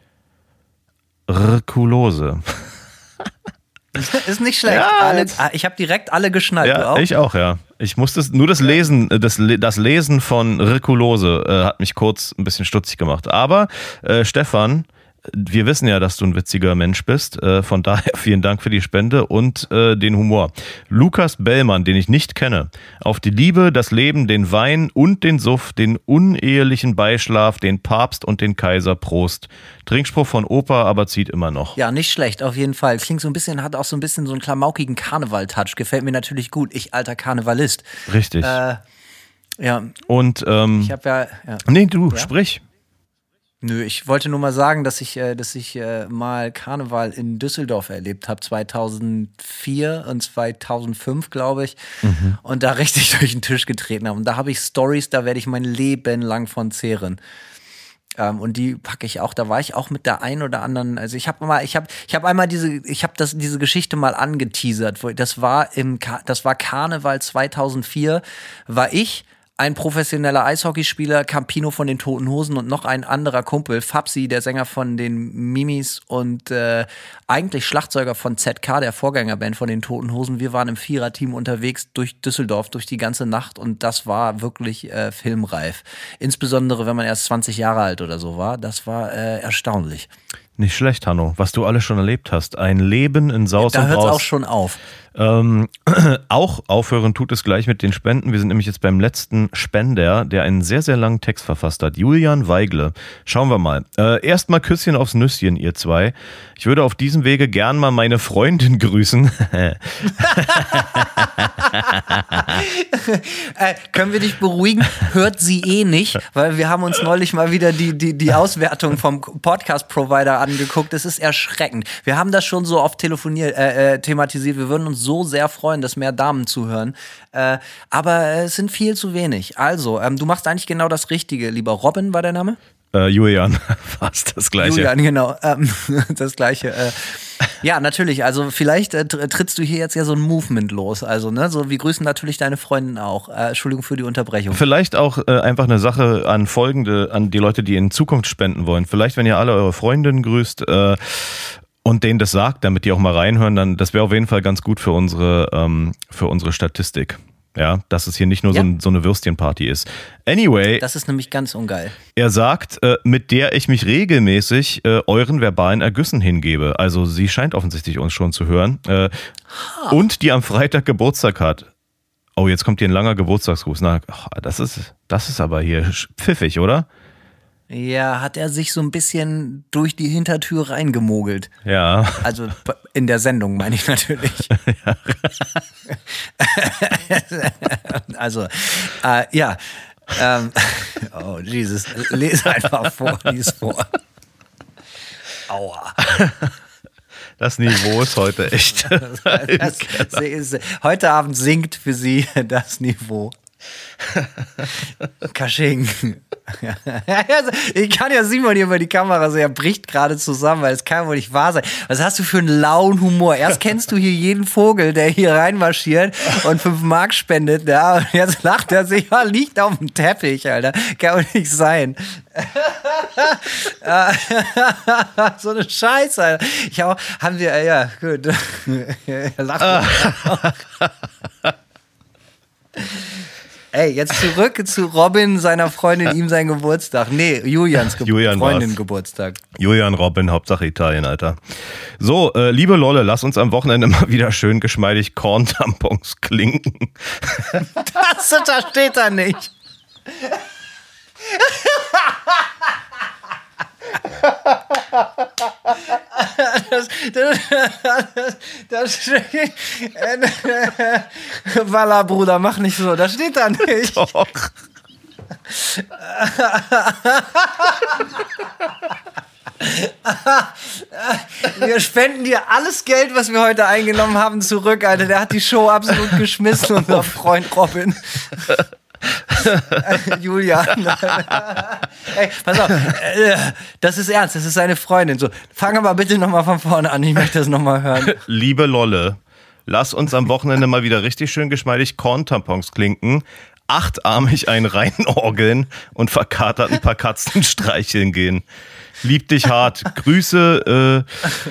Rkulose. Ist nicht schlecht. Ja, ich habe direkt alle geschnallt. Ja, du auch? Ich auch, ja. Ich musste nur das Lesen von Rkulose hat mich kurz ein bisschen stutzig gemacht. Aber Stefan, wir wissen ja, dass du ein witziger Mensch bist. Von daher vielen Dank für die Spende und den Humor. Lukas Bellmann, den ich nicht kenne. Auf die Liebe, das Leben, den Wein und den Suff, den unehelichen Beischlaf, den Papst und den Kaiser. Prost. Trinkspruch von Opa, aber zieht immer noch. Ja, nicht schlecht, auf jeden Fall. Klingt so ein bisschen, hat auch so ein bisschen so einen klamaukigen Karneval-Touch. Gefällt mir natürlich gut. Ich, alter Karnevalist. Richtig. Ja. Und, ich habe ja. Nee, du, sprich. Nö, ich wollte nur mal sagen, dass ich mal Karneval in Düsseldorf erlebt habe, 2004 und 2005, glaube ich, und da richtig durch den Tisch getreten habe. Und da habe ich Stories, da werde ich mein Leben lang von zehren. Und die packe ich auch. Da war ich auch mit der einen oder anderen. Also ich habe diese Geschichte mal angeteasert. Das war Karneval 2004. War ich ein professioneller Eishockeyspieler, Campino von den Toten Hosen und noch ein anderer Kumpel, Fabsi, der Sänger von den Mimis und eigentlich Schlagzeuger von ZK, der Vorgängerband von den Toten Hosen. Wir waren im Viererteam unterwegs durch Düsseldorf, durch die ganze Nacht und das war wirklich filmreif. Insbesondere, wenn man erst 20 Jahre alt oder so war. Das war erstaunlich. Nicht schlecht, Hanno, was du alles schon erlebt hast. Ein Leben in Saus und Braus. Da hört es auch schon auf. Auch aufhören tut es gleich mit den Spenden. Wir sind nämlich jetzt beim letzten Spender, der einen sehr, sehr langen Text verfasst hat. Julian Weigle. Schauen wir mal. Erstmal Küsschen aufs Nüsschen, ihr zwei. Ich würde auf diesem Wege gern mal meine Freundin grüßen. Können wir dich beruhigen? Hört sie eh nicht, weil wir haben uns neulich mal wieder die Auswertung vom Podcast-Provider angeguckt. Es ist erschreckend. Wir haben das schon so oft thematisiert. Wir würden uns so sehr freuen, dass mehr Damen zuhören. Aber es sind viel zu wenig. Also, du machst eigentlich genau das Richtige, lieber Robin war der Name? Julian, fast das Gleiche. Julian, genau. Das Gleiche. Ja, natürlich. Also vielleicht trittst du hier jetzt ja so ein Movement los. Also, ne, so wir grüßen natürlich deine Freundin auch. Entschuldigung für die Unterbrechung. Vielleicht auch einfach eine Sache an die Leute, die in Zukunft spenden wollen. Vielleicht, wenn ihr alle eure Freundinnen grüßt, und denen das sagt, damit die auch mal reinhören, dann das wäre auf jeden Fall ganz gut für unsere Statistik. Ja, dass es hier nicht nur so eine Würstchenparty ist. Anyway. Das ist nämlich ganz ungeil. Er sagt, mit der ich mich regelmäßig euren verbalen Ergüssen hingebe. Also sie scheint offensichtlich uns schon zu hören. Und die am Freitag Geburtstag hat. Oh, jetzt kommt hier ein langer Geburtstagsgruß. Na, das ist aber hier pfiffig, oder? Ja, hat er sich so ein bisschen durch die Hintertür reingemogelt. Ja. Also in der Sendung meine ich natürlich. Ja. Also, ja. Oh, Jesus. Lese einfach vor, lies vor. Aua. Das Niveau ist heute echt. Heute Abend sinkt für sie das Niveau. Kasching. Ich kann ja Simon hier über die Kamera sehen, er bricht gerade zusammen, weil es kann wohl nicht wahr sein. Was hast du für einen lauen Humor? Erst kennst du hier jeden Vogel, der hier reinmarschiert und 5 Mark spendet, ja, und jetzt lacht er sich, liegt auf dem Teppich, Alter. Kann wohl nicht sein. So eine Scheiße, Alter. Haben wir, ja, gut. Er lacht. Ey, jetzt zurück zu Robin, seiner Freundin, ihm sein Geburtstag. Nee, Julians Freundin Geburtstag. Julian, Robin, Hauptsache Italien, Alter. So, liebe Lolle, lass uns am Wochenende mal wieder schön geschmeidig Korntampons klinken. Das steht da nicht. Walla, Bruder, mach nicht so, das steht da nicht. Doch. Wir spenden dir alles Geld, was wir heute eingenommen haben, zurück, Alter. Der hat die Show absolut geschmissen, unser Freund Robin. Julian. Ey, pass auf. Das ist ernst, das ist seine Freundin. So, fang aber bitte nochmal von vorne an, ich möchte das nochmal hören. Liebe Lolle, lass uns am Wochenende mal wieder richtig schön geschmeidig Korntampons klinken, achtarmig einen reinorgeln und verkatert ein paar Katzen streicheln gehen. Lieb dich hart. Grüße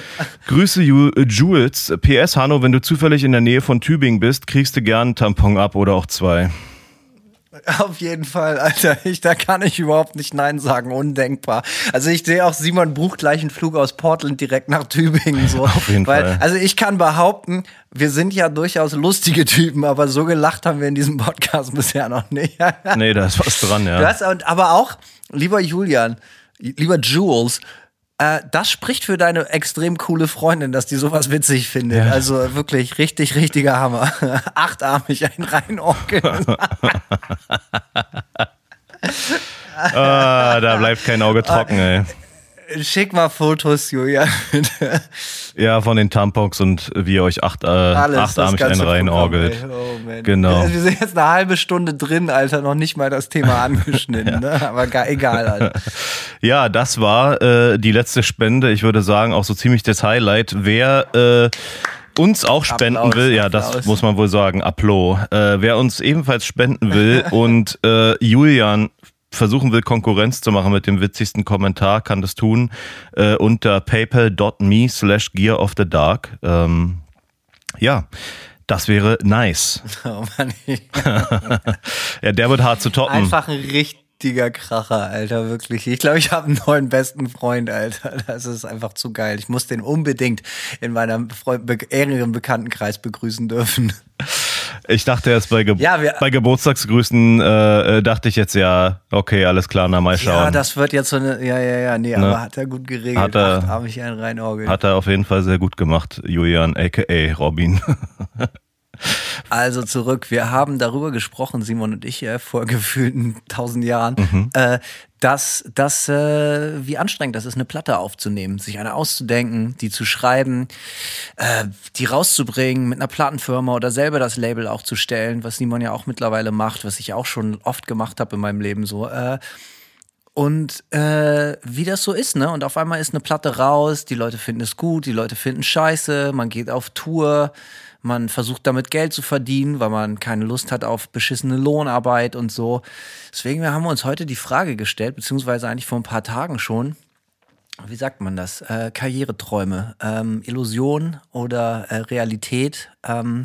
Jules. PS, Hanno, wenn du zufällig in der Nähe von Tübingen bist, kriegst du gern einen Tampon ab oder auch 2. Auf jeden Fall, Alter. Da kann ich überhaupt nicht Nein sagen. Undenkbar. Also ich sehe auch Simon bucht gleich einen Flug aus Portland direkt nach Tübingen. So. Auf jeden Fall. Also ich kann behaupten, wir sind ja durchaus lustige Typen, aber so gelacht haben wir in diesem Podcast bisher noch nicht. Nee, da ist was dran, ja. Du hast, aber auch, lieber Julian, lieber Jules, das spricht für deine extrem coole Freundin, dass die sowas witzig findet. Ja. Also wirklich richtiger Hammer. Achtarmig ein reinorgeln. Da bleibt kein Auge trocken, ey. Schick mal Fotos, Julian. Ja, von den Tampons und wie ihr euch achtarmig einen reinorgelt. Oh, genau. Wir sind jetzt eine halbe Stunde drin, Alter, noch nicht mal das Thema angeschnitten, ja. Ne? Aber egal, Alter. Ja, das war die letzte Spende. Ich würde sagen, auch so ziemlich das Highlight. Wer uns auch spenden will, ja, das muss man wohl sagen, Applaus. Wer uns ebenfalls spenden will und Julian versuchen will, Konkurrenz zu machen mit dem witzigsten Kommentar, kann das tun unter paypal.me/gearofthedark. Ja, das wäre nice. Oh Mann. Ja, der wird hart zu toppen. Einfach ein richtiger Kracher, Alter, wirklich. Ich glaube, ich habe einen neuen besten Freund, Alter. Das ist einfach zu geil. Ich muss den unbedingt in meinem engeren Bekanntenkreis begrüßen dürfen. Ich dachte jetzt bei Geburtstagsgrüßen, dachte ich jetzt ja, okay, alles klar, na mal schauen. Ja, das wird jetzt so eine, nee, ne? Aber hat er gut geregelt. Habe ich einen reinorgeln. Hat er auf jeden Fall sehr gut gemacht, Julian, a.k.a. Robin. Also zurück, wir haben darüber gesprochen, Simon und ich, vor gefühlten 1000 Jahren, dass wie anstrengend das ist, eine Platte aufzunehmen, sich eine auszudenken, die zu schreiben, die rauszubringen mit einer Plattenfirma oder selber das Label auch zu stellen, was Simon ja auch mittlerweile macht, was ich auch schon oft gemacht habe in meinem Leben so. Und wie das so ist, ne? Und auf einmal ist eine Platte raus, die Leute finden es gut, die Leute finden scheiße, man geht auf Tour, man versucht damit Geld zu verdienen, weil man keine Lust hat auf beschissene Lohnarbeit und so. Deswegen haben wir uns heute die Frage gestellt, beziehungsweise eigentlich vor ein paar Tagen schon, wie sagt man das? Karriereträume, Illusion oder Realität? So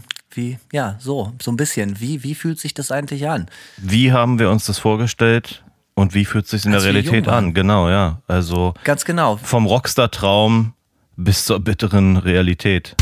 ein bisschen. Wie fühlt sich das eigentlich an? Wie haben wir uns das vorgestellt und wie fühlt es sich in der Realität an? Genau, ja. Also ganz genau. Vom Rockstar-Traum bis zur bitteren Realität.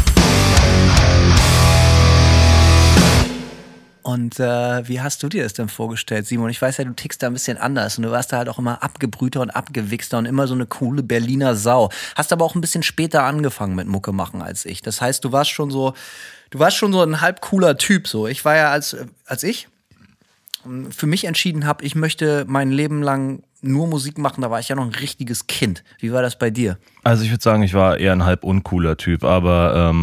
Und wie hast du dir das denn vorgestellt, Simon? Ich weiß ja, du tickst da ein bisschen anders und du warst da halt auch immer abgebrühter und abgewichster und immer so eine coole Berliner Sau. Hast aber auch ein bisschen später angefangen mit Mucke machen als ich. Das heißt, du warst schon so ein halb cooler Typ. So. Ich war ja, als ich für mich entschieden habe, ich möchte mein Leben lang nur Musik machen, da war ich ja noch ein richtiges Kind. Wie war das bei dir? Also ich würde sagen, ich war eher ein halb uncooler Typ, aber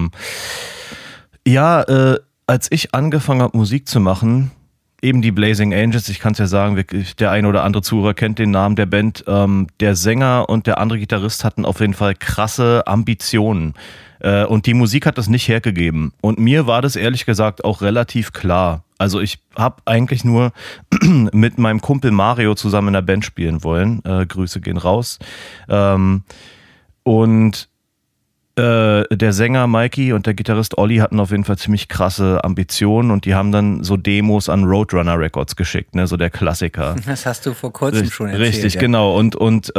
als ich angefangen habe, Musik zu machen, eben die Blazing Angels, ich kann es ja sagen, der ein oder andere Zuhörer kennt den Namen der Band, der Sänger und der andere Gitarrist hatten auf jeden Fall krasse Ambitionen und die Musik hat das nicht hergegeben und mir war das ehrlich gesagt auch relativ klar. Also ich habe eigentlich nur mit meinem Kumpel Mario zusammen in der Band spielen wollen, Grüße gehen raus, und der Sänger Mikey und der Gitarrist Olli hatten auf jeden Fall ziemlich krasse Ambitionen und die haben dann so Demos an Roadrunner Records geschickt, ne, so der Klassiker. Das hast du vor kurzem schon erzählt. Richtig, ja. Genau. Und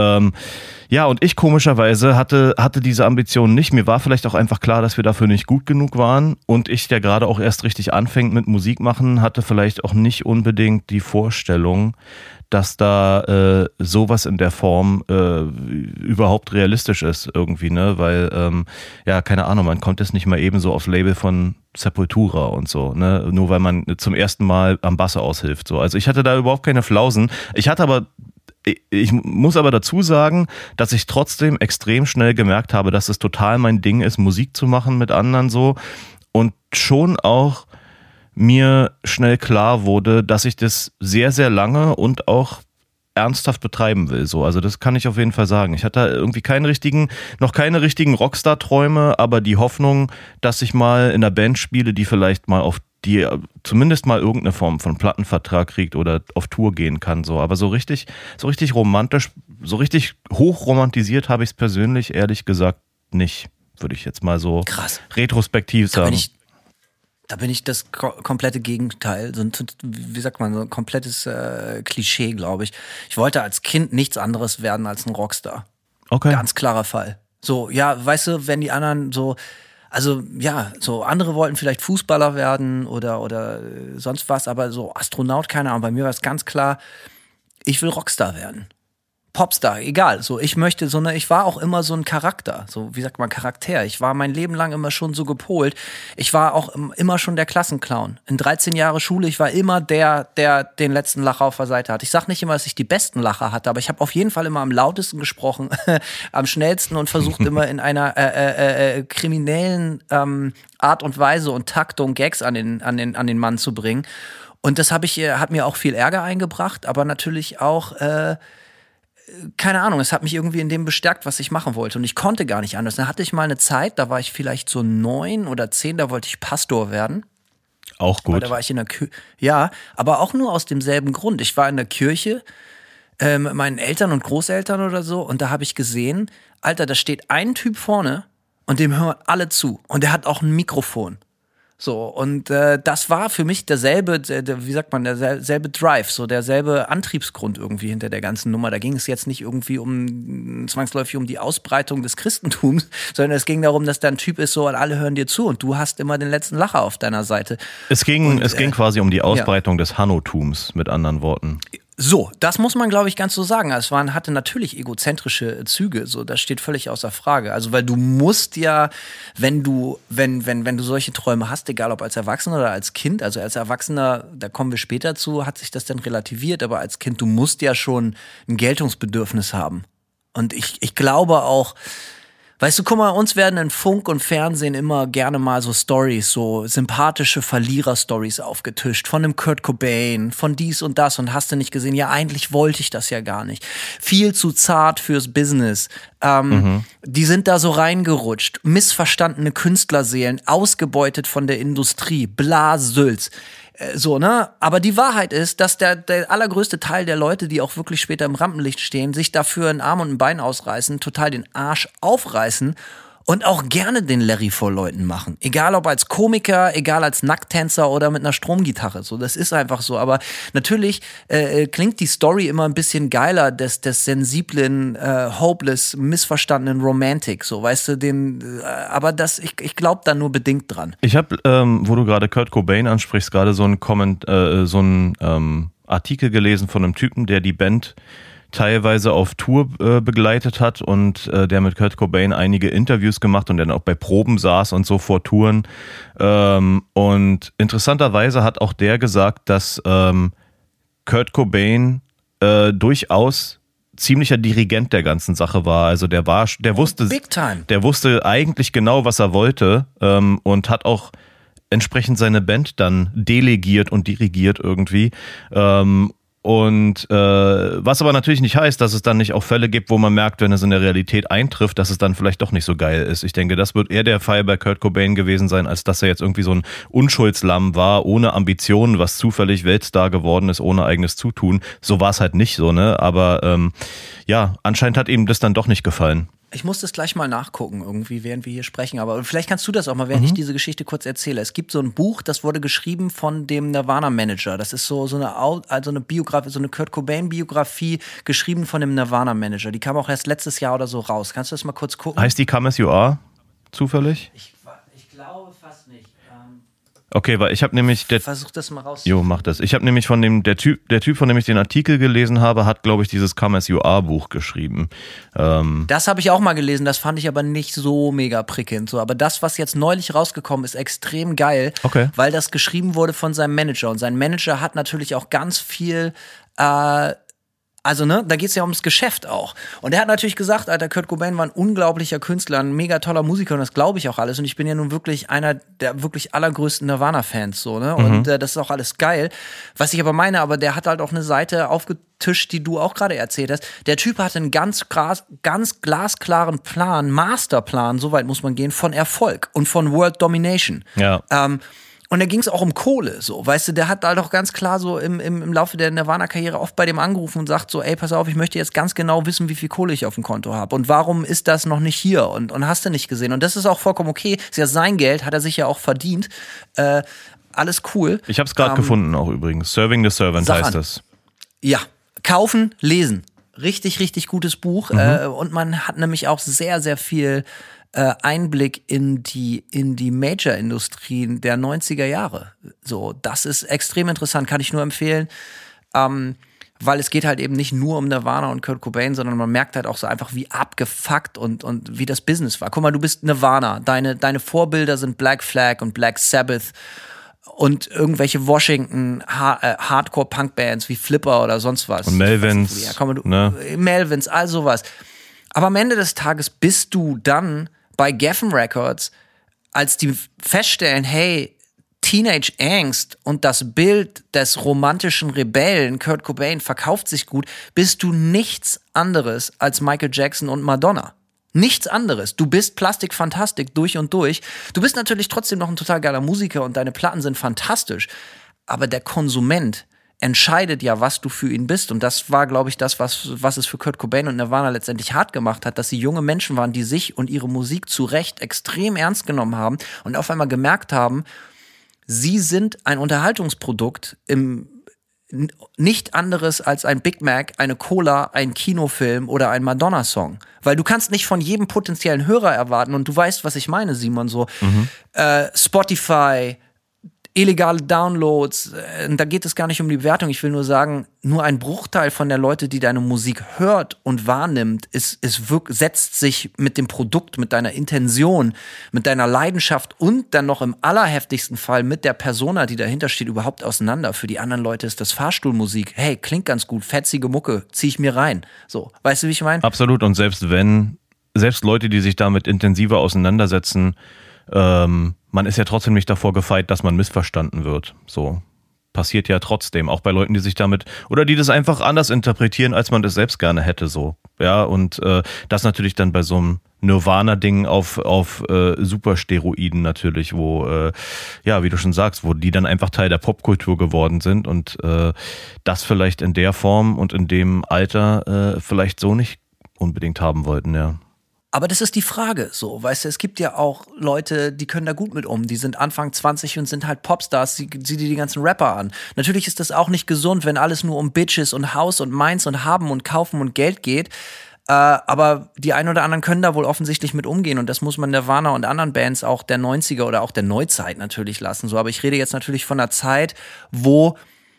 ich komischerweise hatte diese Ambitionen nicht. Mir war vielleicht auch einfach klar, dass wir dafür nicht gut genug waren und ich, der gerade auch erst richtig anfängt mit Musik machen, hatte vielleicht auch nicht unbedingt die Vorstellung, dass da sowas in der Form überhaupt realistisch ist irgendwie, ne, weil, keine Ahnung, man kommt jetzt nicht mal eben so aufs Label von Sepultura und so, ne, nur weil man zum ersten Mal am Bass aushilft, so. Also ich hatte da überhaupt keine Flausen. Ich muss aber dazu sagen, dass ich trotzdem extrem schnell gemerkt habe, dass es total mein Ding ist, Musik zu machen mit anderen so und schon auch mir schnell klar wurde, dass ich das sehr, sehr lange und auch ernsthaft betreiben will. So, also das kann ich auf jeden Fall sagen. Ich hatte irgendwie noch keine richtigen Rockstar-Träume, aber die Hoffnung, dass ich mal in einer Band spiele, die vielleicht mal die zumindest mal irgendeine Form von Plattenvertrag kriegt oder auf Tour gehen kann. So, aber so richtig romantisch, so richtig hochromantisiert habe ich es persönlich ehrlich gesagt nicht. Würde ich jetzt mal so retrospektiv sagen. Da bin ich das komplette Gegenteil, so ein komplettes Klischee, glaube ich. Ich wollte als Kind nichts anderes werden als ein Rockstar. Okay. Ganz klarer Fall. So, ja, weißt du, wenn die anderen so andere wollten vielleicht Fußballer werden oder sonst was, aber so Astronaut, keine Ahnung. Bei mir war es ganz klar, ich will Rockstar werden. Popstar, egal. So, ich war auch immer so ein Charakter, so wie sagt man Charakter. Ich war mein Leben lang immer schon so gepolt. Ich war auch immer schon der Klassenclown. In 13 Jahre Schule, ich war immer der den letzten Lacher auf der Seite hat. Ich sag nicht immer, dass ich die besten Lacher hatte, aber ich habe auf jeden Fall immer am lautesten gesprochen, am schnellsten und versucht immer in einer kriminellen Art und Weise und Taktung Gags an den Mann zu bringen. Und das hat mir auch viel Ärger eingebracht, aber natürlich auch keine Ahnung, es hat mich irgendwie in dem bestärkt, was ich machen wollte. Und ich konnte gar nicht anders. Dann hatte ich mal eine Zeit, da war ich vielleicht so 9 oder 10, da wollte ich Pastor werden. Auch gut. Da war ich in der Kirche. Ja, aber auch nur aus demselben Grund. Ich war in der Kirche mit meinen Eltern und Großeltern oder so. Und da habe ich gesehen, Alter, da steht ein Typ vorne und dem hören alle zu. Und der hat auch ein Mikrofon. So, und das war für mich derselbe Drive, so derselbe Antriebsgrund irgendwie hinter der ganzen Nummer. Da ging es jetzt nicht irgendwie zwangsläufig um die Ausbreitung des Christentums, sondern es ging darum, dass da ein Typ ist so und alle hören dir zu und du hast immer den letzten Lacher auf deiner Seite. Es ging quasi um die Ausbreitung des Hanotums, mit anderen Worten. So, das muss man, glaube ich, ganz so sagen. Es hatte natürlich egozentrische Züge, so, das steht völlig außer Frage. Also, weil du musst ja, wenn du solche Träume hast, egal ob als Erwachsener oder als Kind, also als Erwachsener, da kommen wir später zu, hat sich das dann relativiert, aber als Kind, du musst ja schon ein Geltungsbedürfnis haben. Und ich glaube auch, weißt du, guck mal, uns werden in Funk und Fernsehen immer gerne mal so Stories, so sympathische Verlierer-Stories aufgetischt. Von einem Kurt Cobain, von dies und das und hast du nicht gesehen, ja, eigentlich wollte ich das ja gar nicht. Viel zu zart fürs Business. Die sind da so reingerutscht. Missverstandene Künstlerseelen, ausgebeutet von der Industrie, Blasülz. So, ne? Aber die Wahrheit ist, dass der allergrößte Teil der Leute, die auch wirklich später im Rampenlicht stehen, sich dafür einen Arm und ein Bein ausreißen, total den Arsch aufreißen und auch gerne den Larry vor Leuten machen. Egal ob als Komiker, egal als Nackttänzer oder mit einer Stromgitarre. So, das ist einfach so. Aber natürlich klingt die Story immer ein bisschen geiler des sensiblen, hopeless, missverstandenen Romantic. So, weißt du, aber ich glaube da nur bedingt dran. Ich habe, wo du gerade Kurt Cobain ansprichst, gerade so einen Artikel gelesen von einem Typen, der die Band teilweise auf Tour begleitet hat und der mit Kurt Cobain einige Interviews gemacht und dann auch bei Proben saß und so vor Touren. Und interessanterweise hat auch der gesagt, dass Kurt Cobain durchaus ziemlicher Dirigent der ganzen Sache war. Also der wusste eigentlich genau, was er wollte, und hat auch entsprechend seine Band dann delegiert und dirigiert irgendwie. Und was aber natürlich nicht heißt, dass es dann nicht auch Fälle gibt, wo man merkt, wenn es in der Realität eintrifft, dass es dann vielleicht doch nicht so geil ist. Ich denke, das wird eher der Fall bei Kurt Cobain gewesen sein, als dass er jetzt irgendwie so ein Unschuldslamm war, ohne Ambitionen, was zufällig Weltstar geworden ist, ohne eigenes Zutun. So war es halt nicht so, ne? Aber ja, anscheinend hat ihm das dann doch nicht gefallen. Ich muss das gleich mal nachgucken, irgendwie, während wir hier sprechen. Aber vielleicht kannst du das auch mal, während ich diese Geschichte kurz erzähle. Es gibt so ein Buch, das wurde geschrieben von dem Nirvana-Manager. Das ist so eine Biografie, so eine Kurt Cobain-Biografie, geschrieben von dem Nirvana-Manager. Die kam auch erst letztes Jahr oder so raus. Kannst du das mal kurz gucken? Heißt die Come As You Are zufällig? Ich glaube fast nicht. Okay, weil ich habe nämlich... Versuch das mal raus. Jo, mach das. Ich habe nämlich von der Typ, von dem ich den Artikel gelesen habe, hat, glaube ich, dieses Come As You Are Buch geschrieben. Das habe ich auch mal gelesen, das fand ich aber nicht so mega prickelnd. So. Aber das, was jetzt neulich rausgekommen ist, extrem geil, weil das geschrieben wurde von seinem Manager. Und sein Manager hat natürlich auch ganz viel... da geht's ja ums Geschäft auch. Und er hat natürlich gesagt, Alter, Kurt Cobain war ein unglaublicher Künstler, ein mega toller Musiker und das glaube ich auch alles. Und ich bin ja nun wirklich einer der wirklich allergrößten Nirvana-Fans, so, ne? Und das ist auch alles geil. Was ich aber meine, der hat halt auch eine Seite aufgetischt, die du auch gerade erzählt hast. Der Typ hatte einen ganz glasklaren Plan, Masterplan, soweit muss man gehen, von Erfolg und von World Domination. Ja. Und da ging es auch um Kohle, so, weißt du, der hat halt auch ganz klar so im Laufe der Nirvana-Karriere oft bei dem angerufen und sagt so, ey, pass auf, ich möchte jetzt ganz genau wissen, wie viel Kohle ich auf dem Konto habe und warum ist das noch nicht hier und hast du nicht gesehen. Und das ist auch vollkommen okay, ist ja sein Geld, hat er sich ja auch verdient, alles cool. Ich habe es gerade gefunden auch übrigens, Serving the Servant heißt das. Ja, kaufen, lesen, richtig, richtig gutes Buch und man hat nämlich auch sehr, sehr viel Einblick in die Major-Industrien der 90er Jahre. So, das ist extrem interessant, kann ich nur empfehlen, weil es geht halt eben nicht nur um Nirvana und Kurt Cobain, sondern man merkt halt auch so einfach, wie abgefuckt und wie das Business war. Guck mal, du bist Nirvana, deine Vorbilder sind Black Flag und Black Sabbath und irgendwelche Washington Hardcore-Punk-Bands wie Flipper oder sonst was. Und Melvins. Melvins, all sowas. Aber am Ende des Tages bist du dann bei Geffen Records, als die feststellen, hey, Teenage Angst und das Bild des romantischen Rebellen Kurt Cobain verkauft sich gut, bist du nichts anderes als Michael Jackson und Madonna. Nichts anderes. Du bist Plastikfantastik durch und durch. Du bist natürlich trotzdem noch ein total geiler Musiker und deine Platten sind fantastisch. Aber der Konsument entscheidet ja, was du für ihn bist. Und das war, glaube ich, das, was es für Kurt Cobain und Nirvana letztendlich hart gemacht hat, dass sie junge Menschen waren, die sich und ihre Musik zu Recht extrem ernst genommen haben und auf einmal gemerkt haben, sie sind ein Unterhaltungsprodukt im nicht anderes als ein Big Mac, eine Cola, ein Kinofilm oder ein Madonna-Song. Weil du kannst nicht von jedem potenziellen Hörer erwarten, und du weißt, was ich meine, Simon, so Spotify, illegale Downloads, da geht es gar nicht um die Bewertung. Ich will nur sagen, nur ein Bruchteil von der Leute, die deine Musik hört und wahrnimmt, setzt sich mit dem Produkt, mit deiner Intention, mit deiner Leidenschaft und dann noch im allerheftigsten Fall mit der Persona, die dahinter steht, überhaupt auseinander. Für die anderen Leute ist das Fahrstuhlmusik. Hey, klingt ganz gut, fetzige Mucke, zieh ich mir rein. So, weißt du, wie ich meine? Absolut, und selbst Leute, die sich damit intensiver auseinandersetzen, man ist ja trotzdem nicht davor gefeit, dass man missverstanden wird. So passiert ja trotzdem, auch bei Leuten, die sich damit oder die das einfach anders interpretieren, als man das selbst gerne hätte. So, ja, und das natürlich dann bei so einem Nirvana-Ding auf Supersteroiden natürlich, wo wie du schon sagst, wo die dann einfach Teil der Popkultur geworden sind und das vielleicht in der Form und in dem Alter vielleicht so nicht unbedingt haben wollten, ja. Aber das ist die Frage, so, weißt du, es gibt ja auch Leute, die können da gut mit die sind Anfang 20 und sind halt Popstars, sieh dir die ganzen Rapper an. Natürlich ist das auch nicht gesund, wenn alles nur um Bitches und Haus und Meins und Haben und Kaufen und Geld geht, aber die einen oder anderen können da wohl offensichtlich mit umgehen und das muss man Nirvana und anderen Bands auch der 90er oder auch der Neuzeit natürlich lassen, so, aber ich rede jetzt natürlich von einer Zeit, wo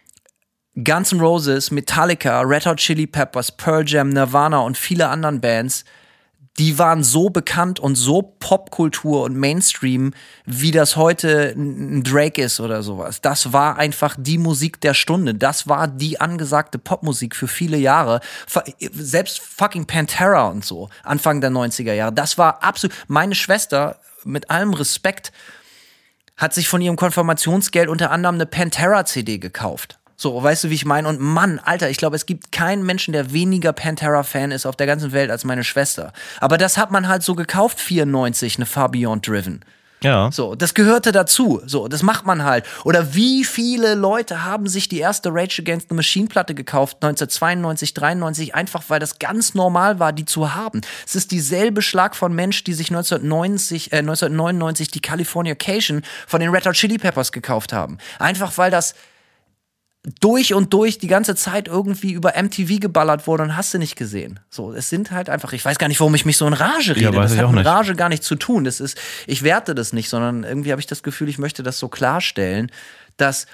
Guns N' Roses, Metallica, Red Hot Chili Peppers, Pearl Jam, Nirvana und viele anderen Bands, die waren so bekannt und so Popkultur und Mainstream, wie das heute ein Drake ist oder sowas. Das war einfach die Musik der Stunde. Das war die angesagte Popmusik für viele Jahre. Selbst fucking Pantera und so, Anfang der 90er Jahre. Das war absolut... Meine Schwester, mit allem Respekt, hat sich von ihrem Konfirmationsgeld unter anderem eine Pantera-CD gekauft. So, weißt du, wie ich meine? Und Mann, Alter, ich glaube, es gibt keinen Menschen, der weniger Pantera-Fan ist auf der ganzen Welt als meine Schwester. Aber das hat man halt so gekauft, 94, eine Far Beyond Driven. Ja. So, das gehörte dazu. So, das macht man halt. Oder wie viele Leute haben sich die erste Rage Against the Machine Platte gekauft, 1992, 93, einfach weil das ganz normal war, die zu haben. Es ist dieselbe Schlag von Mensch, die sich 1999 die Californication von den Red Hot Chili Peppers gekauft haben. Einfach weil das durch und durch die ganze Zeit irgendwie über MTV geballert wurde und hast du nicht gesehen. So, es sind halt einfach, ich weiß gar nicht, warum ich mich so in Rage rede. Ja, das hat mit nicht. Rage gar nichts zu tun. Das ist, ich werte das nicht, sondern irgendwie habe ich das Gefühl, ich möchte das so klarstellen, dass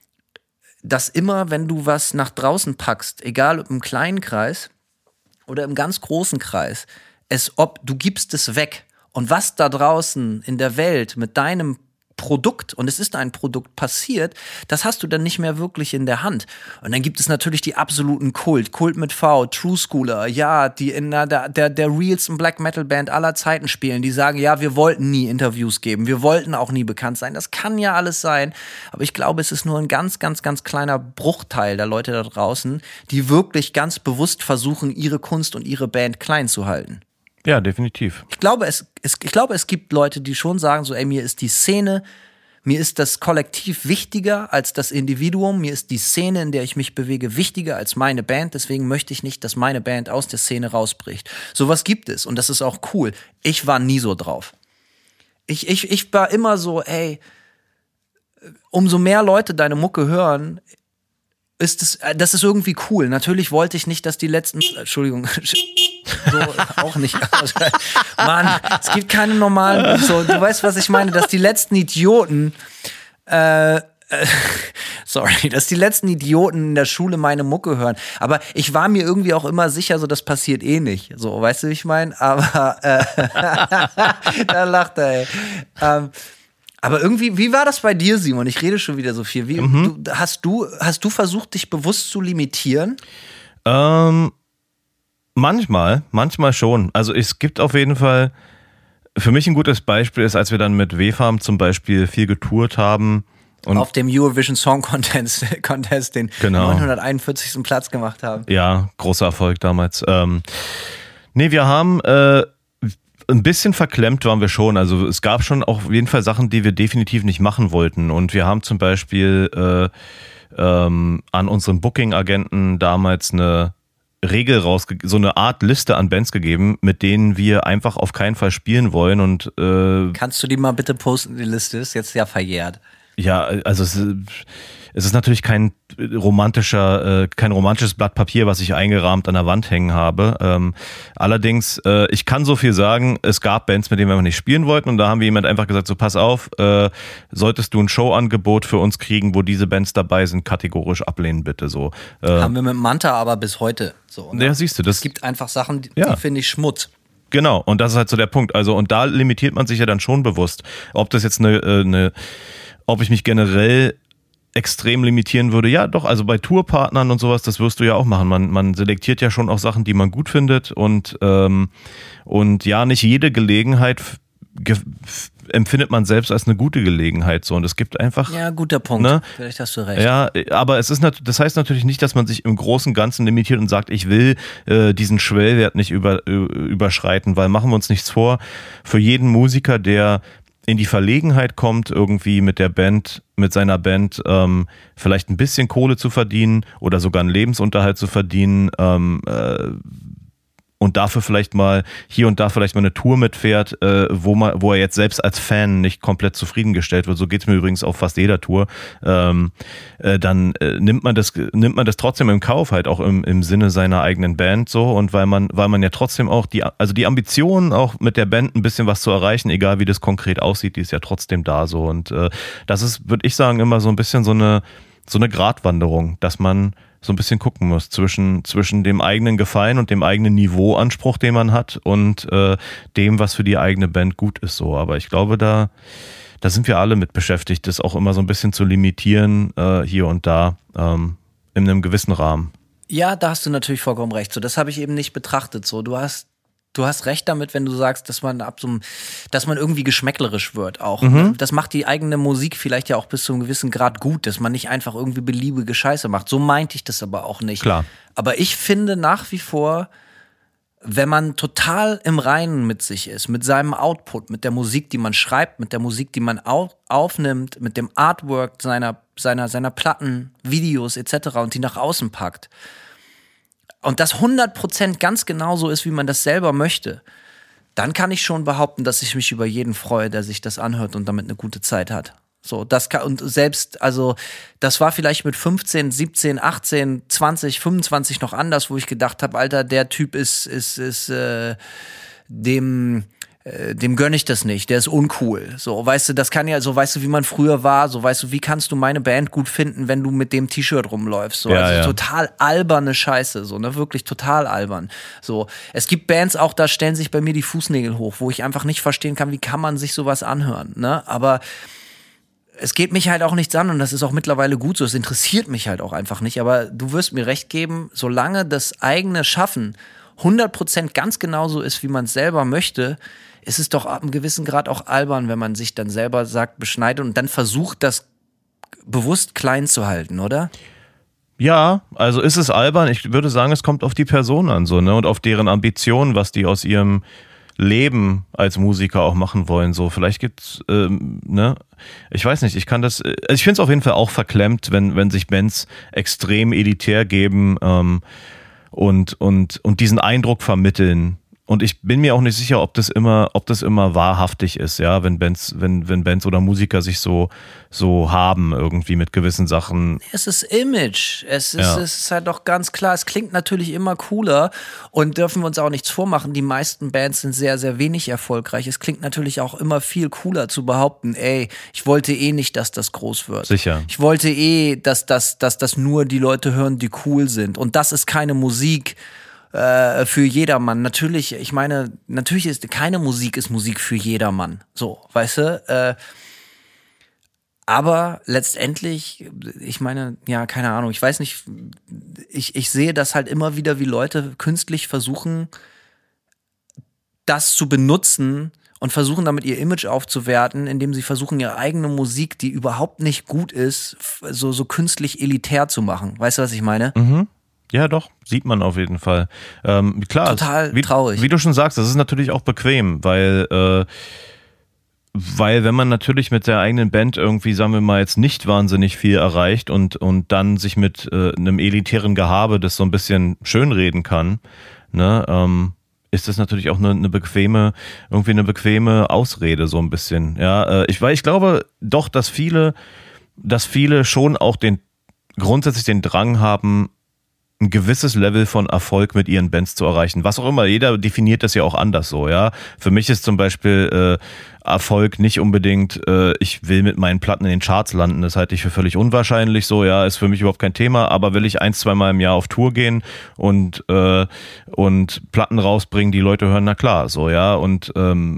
immer, wenn du was nach draußen packst, egal ob im kleinen Kreis oder im ganz großen Kreis, du gibst es weg. Und was da draußen in der Welt mit deinem Produkt, und es ist ein Produkt, passiert, das hast du dann nicht mehr wirklich in der Hand. Und dann gibt es natürlich die absoluten Kult mit V, True Schooler, ja, die in der realsten Black Metal Band aller Zeiten spielen, die sagen, ja, wir wollten nie Interviews geben, wir wollten auch nie bekannt sein. Das kann ja alles sein, aber ich glaube, es ist nur ein ganz, ganz, ganz kleiner Bruchteil der Leute da draußen, die wirklich ganz bewusst versuchen, ihre Kunst und ihre Band klein zu halten. Ja, definitiv. Ich glaube, es gibt Leute, die schon sagen, so, ey, mir ist die Szene, mir ist das Kollektiv wichtiger als das Individuum, mir ist die Szene, in der ich mich bewege, wichtiger als meine Band, deswegen möchte ich nicht, dass meine Band aus der Szene rausbricht. Sowas gibt es und das ist auch cool. Ich war nie so drauf. Ich war immer so, ey, umso mehr Leute deine Mucke hören, das ist irgendwie cool. Natürlich wollte ich nicht, dass die letzten, Entschuldigung, so auch nicht. Mann, es gibt keine normalen, so, du weißt, was ich meine, dass die letzten Idioten, dass die letzten Idioten in der Schule meine Mucke hören. Aber ich war mir irgendwie auch immer sicher, so, das passiert eh nicht. So, weißt du, wie ich meine? Aber, da lacht er, ey. Aber irgendwie, wie war das bei dir, Simon? Ich rede schon wieder so viel. Hast du versucht, dich bewusst zu limitieren? Manchmal schon. Also es gibt auf jeden Fall, für mich ein gutes Beispiel ist, als wir dann mit W-Farm zum Beispiel viel getourt haben. Und auf dem Eurovision Song Contest den 941. Platz gemacht haben. Ja, großer Erfolg damals. Wir haben ein bisschen verklemmt waren wir schon. Also es gab schon auch auf jeden Fall Sachen, die wir definitiv nicht machen wollten. Und wir haben zum Beispiel an unseren Booking-Agenten damals eine Regel so eine Art Liste an Bands gegeben, mit denen wir einfach auf keinen Fall spielen wollen. Und kannst du die mal bitte posten, die Liste ist jetzt ja verjährt. Ja, also es ist natürlich kein romantisches Blatt Papier, was ich eingerahmt an der Wand hängen habe. Allerdings, ich kann so viel sagen, es gab Bands, mit denen wir einfach nicht spielen wollten und da haben wir jemand einfach gesagt, so pass auf, solltest du ein Showangebot für uns kriegen, wo diese Bands dabei sind, kategorisch ablehnen bitte so. Haben wir mit Manta aber bis heute so. Ne? Ja, siehst du, es gibt einfach Sachen, die finde ich Schmutz. Genau, und das ist halt so der Punkt. Also, und da limitiert man sich ja dann schon bewusst. Ob das jetzt ob ich mich generell extrem limitieren würde, ja doch, also bei Tourpartnern und sowas, das wirst du ja auch machen. Man selektiert ja schon auch Sachen, die man gut findet und ja, nicht jede Gelegenheit empfindet man selbst als eine gute Gelegenheit so und es gibt einfach... Ja, guter Punkt, ne? Vielleicht hast du recht. Ja, aber das heißt natürlich nicht, dass man sich im Großen und Ganzen limitiert und sagt, ich will diesen Schwellwert nicht überschreiten, weil machen wir uns nichts vor, für jeden Musiker, der in die Verlegenheit kommt, irgendwie mit seiner Band vielleicht ein bisschen Kohle zu verdienen oder sogar einen Lebensunterhalt zu verdienen und dafür vielleicht mal hier und da vielleicht mal eine Tour mitfährt, wo er jetzt selbst als Fan nicht komplett zufriedengestellt wird. So geht's mir übrigens auf fast jeder Tour. Dann nimmt man das trotzdem im Kauf, halt auch im Sinne seiner eigenen Band so und weil man ja trotzdem auch die Ambition auch mit der Band ein bisschen was zu erreichen, egal wie das konkret aussieht, die ist ja trotzdem da so und das ist, würde ich sagen, immer so ein bisschen so eine Gratwanderung, dass man so ein bisschen gucken muss zwischen dem eigenen Gefallen und dem eigenen Niveauanspruch, den man hat und dem, was für die eigene Band gut ist so. Aber ich glaube, da sind wir alle mit beschäftigt, das auch immer so ein bisschen zu limitieren, hier und da, in einem gewissen Rahmen. Ja, da hast du natürlich vollkommen recht. So, das habe ich eben nicht betrachtet. So, du hast recht damit, wenn du sagst, dass man irgendwie geschmäcklerisch wird auch. Mhm. Das macht die eigene Musik vielleicht ja auch bis zu einem gewissen Grad gut, dass man nicht einfach irgendwie beliebige Scheiße macht. So meinte ich das aber auch nicht. Klar. Aber ich finde nach wie vor, wenn man total im Reinen mit sich ist, mit seinem Output, mit der Musik, die man schreibt, mit der Musik, die man aufnimmt, mit dem Artwork seiner Platten, Videos etc. und die nach außen packt und das 100% ganz genauso ist, wie man das selber möchte, dann kann ich schon behaupten, dass ich mich über jeden freue, der sich das anhört und damit eine gute Zeit hat. So, das kann, und selbst, also, das war vielleicht mit 15, 17, 18, 20, 25 noch anders, wo ich gedacht habe, Alter, der Typ dem gönne ich das nicht, der ist uncool. So, weißt du, das kann ja, so, weißt du, wie man früher war, so, weißt du, wie kannst du meine Band gut finden, wenn du mit dem T-Shirt rumläufst, so, total alberne Scheiße, so, ne, wirklich total albern. So, es gibt Bands auch, da stellen sich bei mir die Fußnägel hoch, wo ich einfach nicht verstehen kann, wie kann man sich sowas anhören, ne, aber es geht mich halt auch nichts an und das ist auch mittlerweile gut so. Es interessiert mich halt auch einfach nicht. Aber du wirst mir recht geben, solange das eigene Schaffen 100% ganz genauso ist, wie man es selber möchte, ist es doch ab einem gewissen Grad auch albern, wenn man sich dann selber sagt, beschneidet und dann versucht, das bewusst klein zu halten, oder? Ja, also ist es albern. Ich würde sagen, es kommt auf die Person an, so, ne, und auf deren Ambitionen, was die aus ihrem Leben als Musiker auch machen wollen, so, vielleicht gibt's, ne, ich weiß nicht, ich kann das, also ich finde es auf jeden Fall auch verklemmt, wenn sich Bands extrem elitär geben, und diesen Eindruck vermitteln. Und ich bin mir auch nicht sicher, ob das immer wahrhaftig ist, ja, wenn Bands oder Musiker sich so haben irgendwie mit gewissen Sachen. Es ist Image. Es ist halt doch ganz klar. Es klingt natürlich immer cooler und dürfen wir uns auch nichts vormachen. Die meisten Bands sind sehr, sehr wenig erfolgreich. Es klingt natürlich auch immer viel cooler zu behaupten, ey, ich wollte eh nicht, dass das groß wird. Sicher. Ich wollte eh, dass das nur die Leute hören, die cool sind. Und das ist keine Musik für jedermann. Natürlich, ich meine, natürlich ist keine Musik ist Musik für jedermann. So, weißt du? Aber letztendlich, ich meine, ja, keine Ahnung, ich weiß nicht, ich sehe das halt immer wieder, wie Leute künstlich versuchen, das zu benutzen und versuchen damit ihr Image aufzuwerten, indem sie versuchen, ihre eigene Musik, die überhaupt nicht gut ist, so künstlich elitär zu machen. Weißt du, was ich meine? Mhm. Ja, doch, sieht man auf jeden Fall. Klar, total traurig. Wie du schon sagst, das ist natürlich auch bequem, weil wenn man natürlich mit der eigenen Band irgendwie, sagen wir mal, jetzt nicht wahnsinnig viel erreicht und dann sich mit einem elitären Gehabe das so ein bisschen schönreden kann, ne, ist das natürlich auch eine bequeme Ausrede, so ein bisschen. Ja, ich glaube doch, dass viele schon auch grundsätzlich den Drang haben, ein gewisses Level von Erfolg mit ihren Bands zu erreichen. Was auch immer, jeder definiert das ja auch anders so, ja. Für mich ist zum Beispiel Erfolg nicht unbedingt, ich will mit meinen Platten in den Charts landen, das halte ich für völlig unwahrscheinlich so, ja, ist für mich überhaupt kein Thema, aber will ich 1-2 Mal im Jahr auf Tour gehen und Platten rausbringen, die Leute hören, na klar, so, ja, und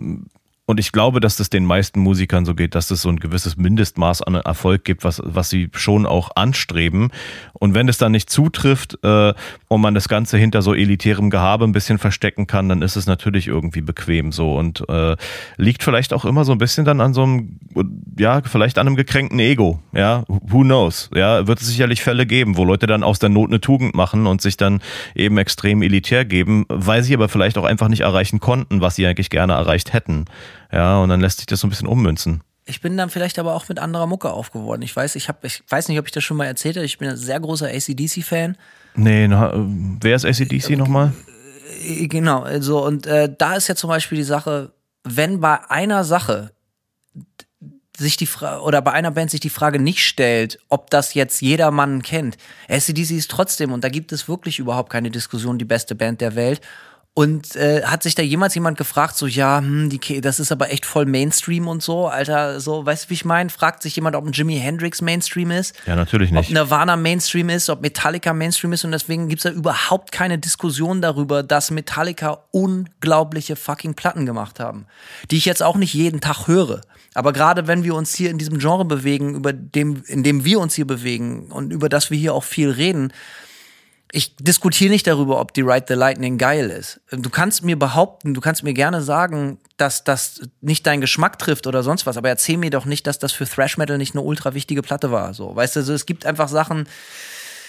ich glaube, dass das den meisten Musikern so geht, dass es so ein gewisses Mindestmaß an Erfolg gibt, was sie schon auch anstreben. Und wenn es dann nicht zutrifft und man das Ganze hinter so elitärem Gehabe ein bisschen verstecken kann, dann ist es natürlich irgendwie bequem so und liegt vielleicht auch immer so ein bisschen dann an so einem, ja, vielleicht an einem gekränkten Ego. Ja, who knows? Ja, wird es sicherlich Fälle geben, wo Leute dann aus der Not eine Tugend machen und sich dann eben extrem elitär geben, weil sie aber vielleicht auch einfach nicht erreichen konnten, was sie eigentlich gerne erreicht hätten. Ja, und dann lässt sich das so ein bisschen ummünzen. Ich bin dann vielleicht aber auch mit anderer Mucke aufgeworden. Ich weiß nicht, ob ich das schon mal erzählt habe. Ich bin ein sehr großer AC/DC-Fan. Nee, wer ist AC/DC nochmal? Genau, also und da ist ja zum Beispiel die Sache, wenn bei einer Sache sich oder bei einer Band sich die Frage nicht stellt, ob das jetzt jedermann kennt. AC/DC ist trotzdem, und da gibt es wirklich überhaupt keine Diskussion, die beste Band der Welt. Und hat sich da jemals jemand gefragt, so, ja, das ist aber echt voll Mainstream und so, Alter, so, weißt du, wie ich meine? Fragt sich jemand, ob ein Jimi Hendrix Mainstream ist? Ja, natürlich nicht. Ob Nirvana Mainstream ist, ob Metallica Mainstream ist, und deswegen gibt's da überhaupt keine Diskussion darüber, dass Metallica unglaubliche fucking Platten gemacht haben, die ich jetzt auch nicht jeden Tag höre. Aber gerade wenn wir uns hier in diesem Genre bewegen, in dem wir uns hier bewegen und über das wir hier auch viel reden, ich diskutiere nicht darüber, ob die Ride the Lightning geil ist. Du kannst mir gerne sagen, dass das nicht deinen Geschmack trifft oder sonst was, aber erzähl mir doch nicht, dass das für Thrash Metal nicht eine ultra wichtige Platte war. So, weißt du, also es gibt einfach Sachen,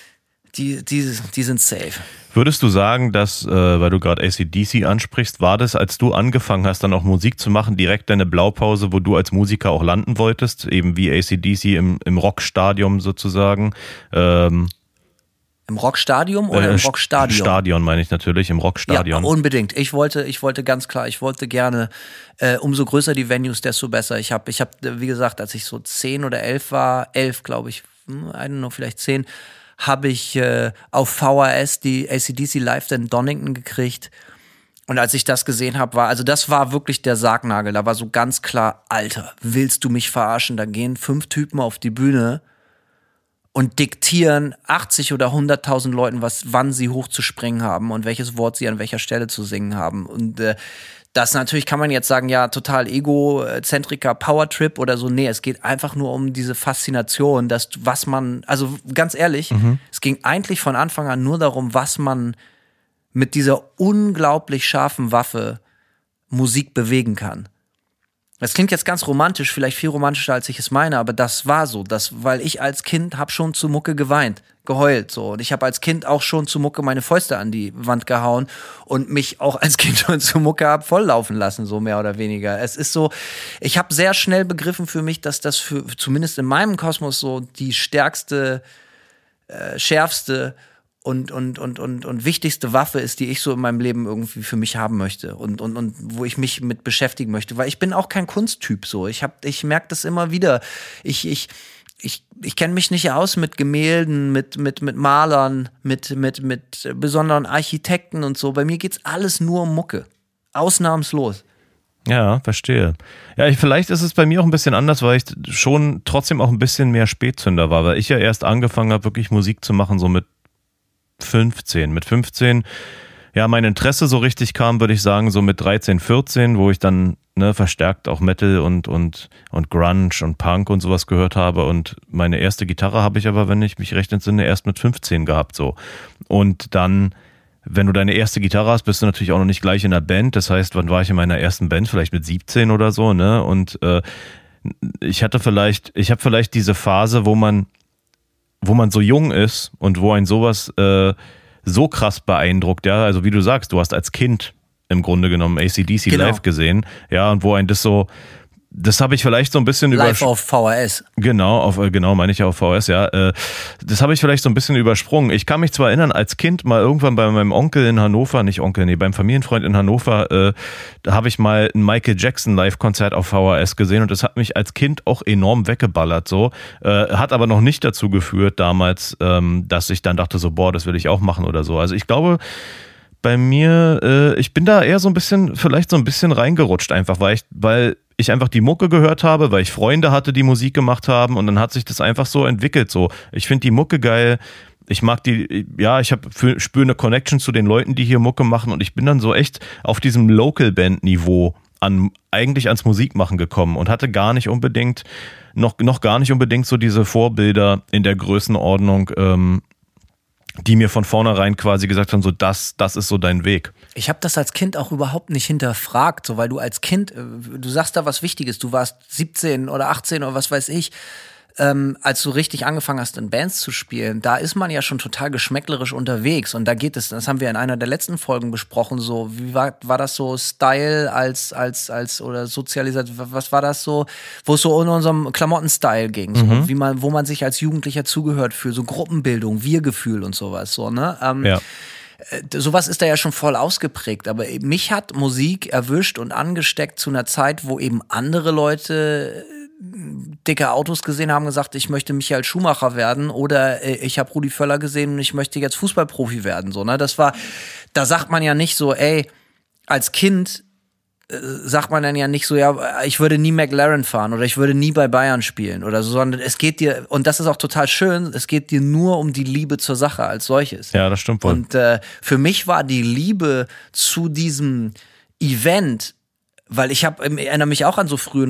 Die sind safe. Würdest du sagen, dass, weil du gerade AC/DC ansprichst, war das, als du angefangen hast, dann auch Musik zu machen, direkt deine Blaupause, wo du als Musiker auch landen wolltest, eben wie AC/DC im Rockstadium sozusagen? Im Rockstadium oder im Rockstadion? Stadion meine ich natürlich, im Rockstadion. Ja, unbedingt. Ich wollte ganz klar, ich wollte gerne, umso größer die Venues, desto besser. Ich hab, wie gesagt, als ich so 10 oder 11 war, 11 glaube ich, I don't know, vielleicht 10, habe ich auf VHS die AC/DC Live in Donington gekriegt. Und als ich das gesehen habe, das war wirklich der Sargnagel. Da war so ganz klar, Alter, willst du mich verarschen? Da gehen 5 Typen auf die Bühne und diktieren 80 oder 100.000 Leuten, wann sie hochzuspringen haben und welches Wort sie an welcher Stelle zu singen haben. Und das natürlich kann man jetzt sagen, ja, total egozentriker Powertrip oder so. Nee, es geht einfach nur um diese Faszination, also ganz ehrlich, es ging eigentlich von Anfang an nur darum, was man mit dieser unglaublich scharfen Waffe Musik bewegen kann. Das klingt jetzt ganz romantisch, vielleicht viel romantischer, als ich es meine, aber das war so. Weil ich als Kind habe schon zu Mucke geheult. So. Und ich habe als Kind auch schon zu Mucke meine Fäuste an die Wand gehauen und mich auch als Kind schon zu Mucke habe volllaufen lassen, so mehr oder weniger. Es ist so, ich habe sehr schnell begriffen für mich, dass das zumindest in meinem Kosmos so die stärkste, schärfste und wichtigste Waffe ist, die ich so in meinem Leben irgendwie für mich haben möchte und wo ich mich mit beschäftigen möchte, weil ich bin auch kein Kunsttyp so. Ich merke das immer wieder. Ich kenne mich nicht aus mit Gemälden, mit Malern, mit besonderen Architekten und so. Bei mir geht's alles nur um Mucke. Ausnahmslos. Ja, verstehe. Ja, vielleicht ist es bei mir auch ein bisschen anders, weil ich schon trotzdem auch ein bisschen mehr Spätzünder war, weil ich ja erst angefangen habe, wirklich Musik zu machen, so mit 15. Mit 15, ja, mein Interesse so richtig kam, würde ich sagen, so mit 13, 14, wo ich dann verstärkt auch Metal und Grunge und Punk und sowas gehört habe. Und meine erste Gitarre habe ich aber, wenn ich mich recht entsinne, erst mit 15 gehabt. So. Und dann, wenn du deine erste Gitarre hast, bist du natürlich auch noch nicht gleich in der Band. Das heißt, wann war ich in meiner ersten Band? Vielleicht mit 17 oder so, ne? Und ich habe vielleicht diese Phase, wo man so jung ist und wo ein sowas so krass beeindruckt, ja, also wie du sagst, du hast als Kind im Grunde genommen AC/DC live gesehen, ja, und wo ein das habe ich vielleicht so ein bisschen live auf VHS. Genau, meine ich ja auf VHS, ja. Das habe ich vielleicht so ein bisschen übersprungen. Ich kann mich zwar erinnern, als Kind mal irgendwann bei meinem Onkel in Hannover, beim Familienfreund in Hannover, da habe ich mal ein Michael Jackson Live-Konzert auf VHS gesehen und das hat mich als Kind auch enorm weggeballert, so. Hat aber noch nicht dazu geführt damals, dass ich dann dachte so, boah, das will ich auch machen oder so. Also ich glaube, bei mir, ich bin da eher vielleicht so ein bisschen reingerutscht einfach, weil ich einfach die Mucke gehört habe, weil ich Freunde hatte, die Musik gemacht haben und dann hat sich das einfach so entwickelt. So, ich finde die Mucke geil. Ich mag ich spüre eine Connection zu den Leuten, die hier Mucke machen und ich bin dann so echt auf diesem Local-Band-Niveau eigentlich ans Musikmachen gekommen und hatte gar nicht unbedingt, noch gar nicht unbedingt so diese Vorbilder in der Größenordnung, die mir von vornherein quasi gesagt haben, so das ist so dein Weg. Ich habe das als Kind auch überhaupt nicht hinterfragt, so, weil du als Kind, du sagst da was Wichtiges, du warst 17 oder 18 oder was weiß ich, als du richtig angefangen hast, in Bands zu spielen, da ist man ja schon total geschmäcklerisch unterwegs und da geht es, das haben wir in einer der letzten Folgen besprochen, so, wie war das so Style als oder sozialisiert, was war das so, wo es so in unserem Klamotten-Style ging, so, wo man sich als Jugendlicher zugehört fühlt, so Gruppenbildung, Wir-Gefühl und sowas, so, ne? Ja. Sowas ist da ja schon voll ausgeprägt, aber mich hat Musik erwischt und angesteckt zu einer Zeit, wo eben andere Leute dicke Autos gesehen haben, gesagt, ich möchte Michael Schumacher werden oder ich habe Rudi Völler gesehen und ich möchte jetzt Fußballprofi werden, so, ne? Da sagt man ja nicht so, ey, als Kind sagt man dann ja nicht so, ja, ich würde nie McLaren fahren oder ich würde nie bei Bayern spielen oder so, sondern es geht dir, und das ist auch total schön, es geht dir nur um die Liebe zur Sache als solches. Ja, das stimmt wohl. Und für mich war die Liebe zu diesem Event, weil ich erinnere mich auch an so frühe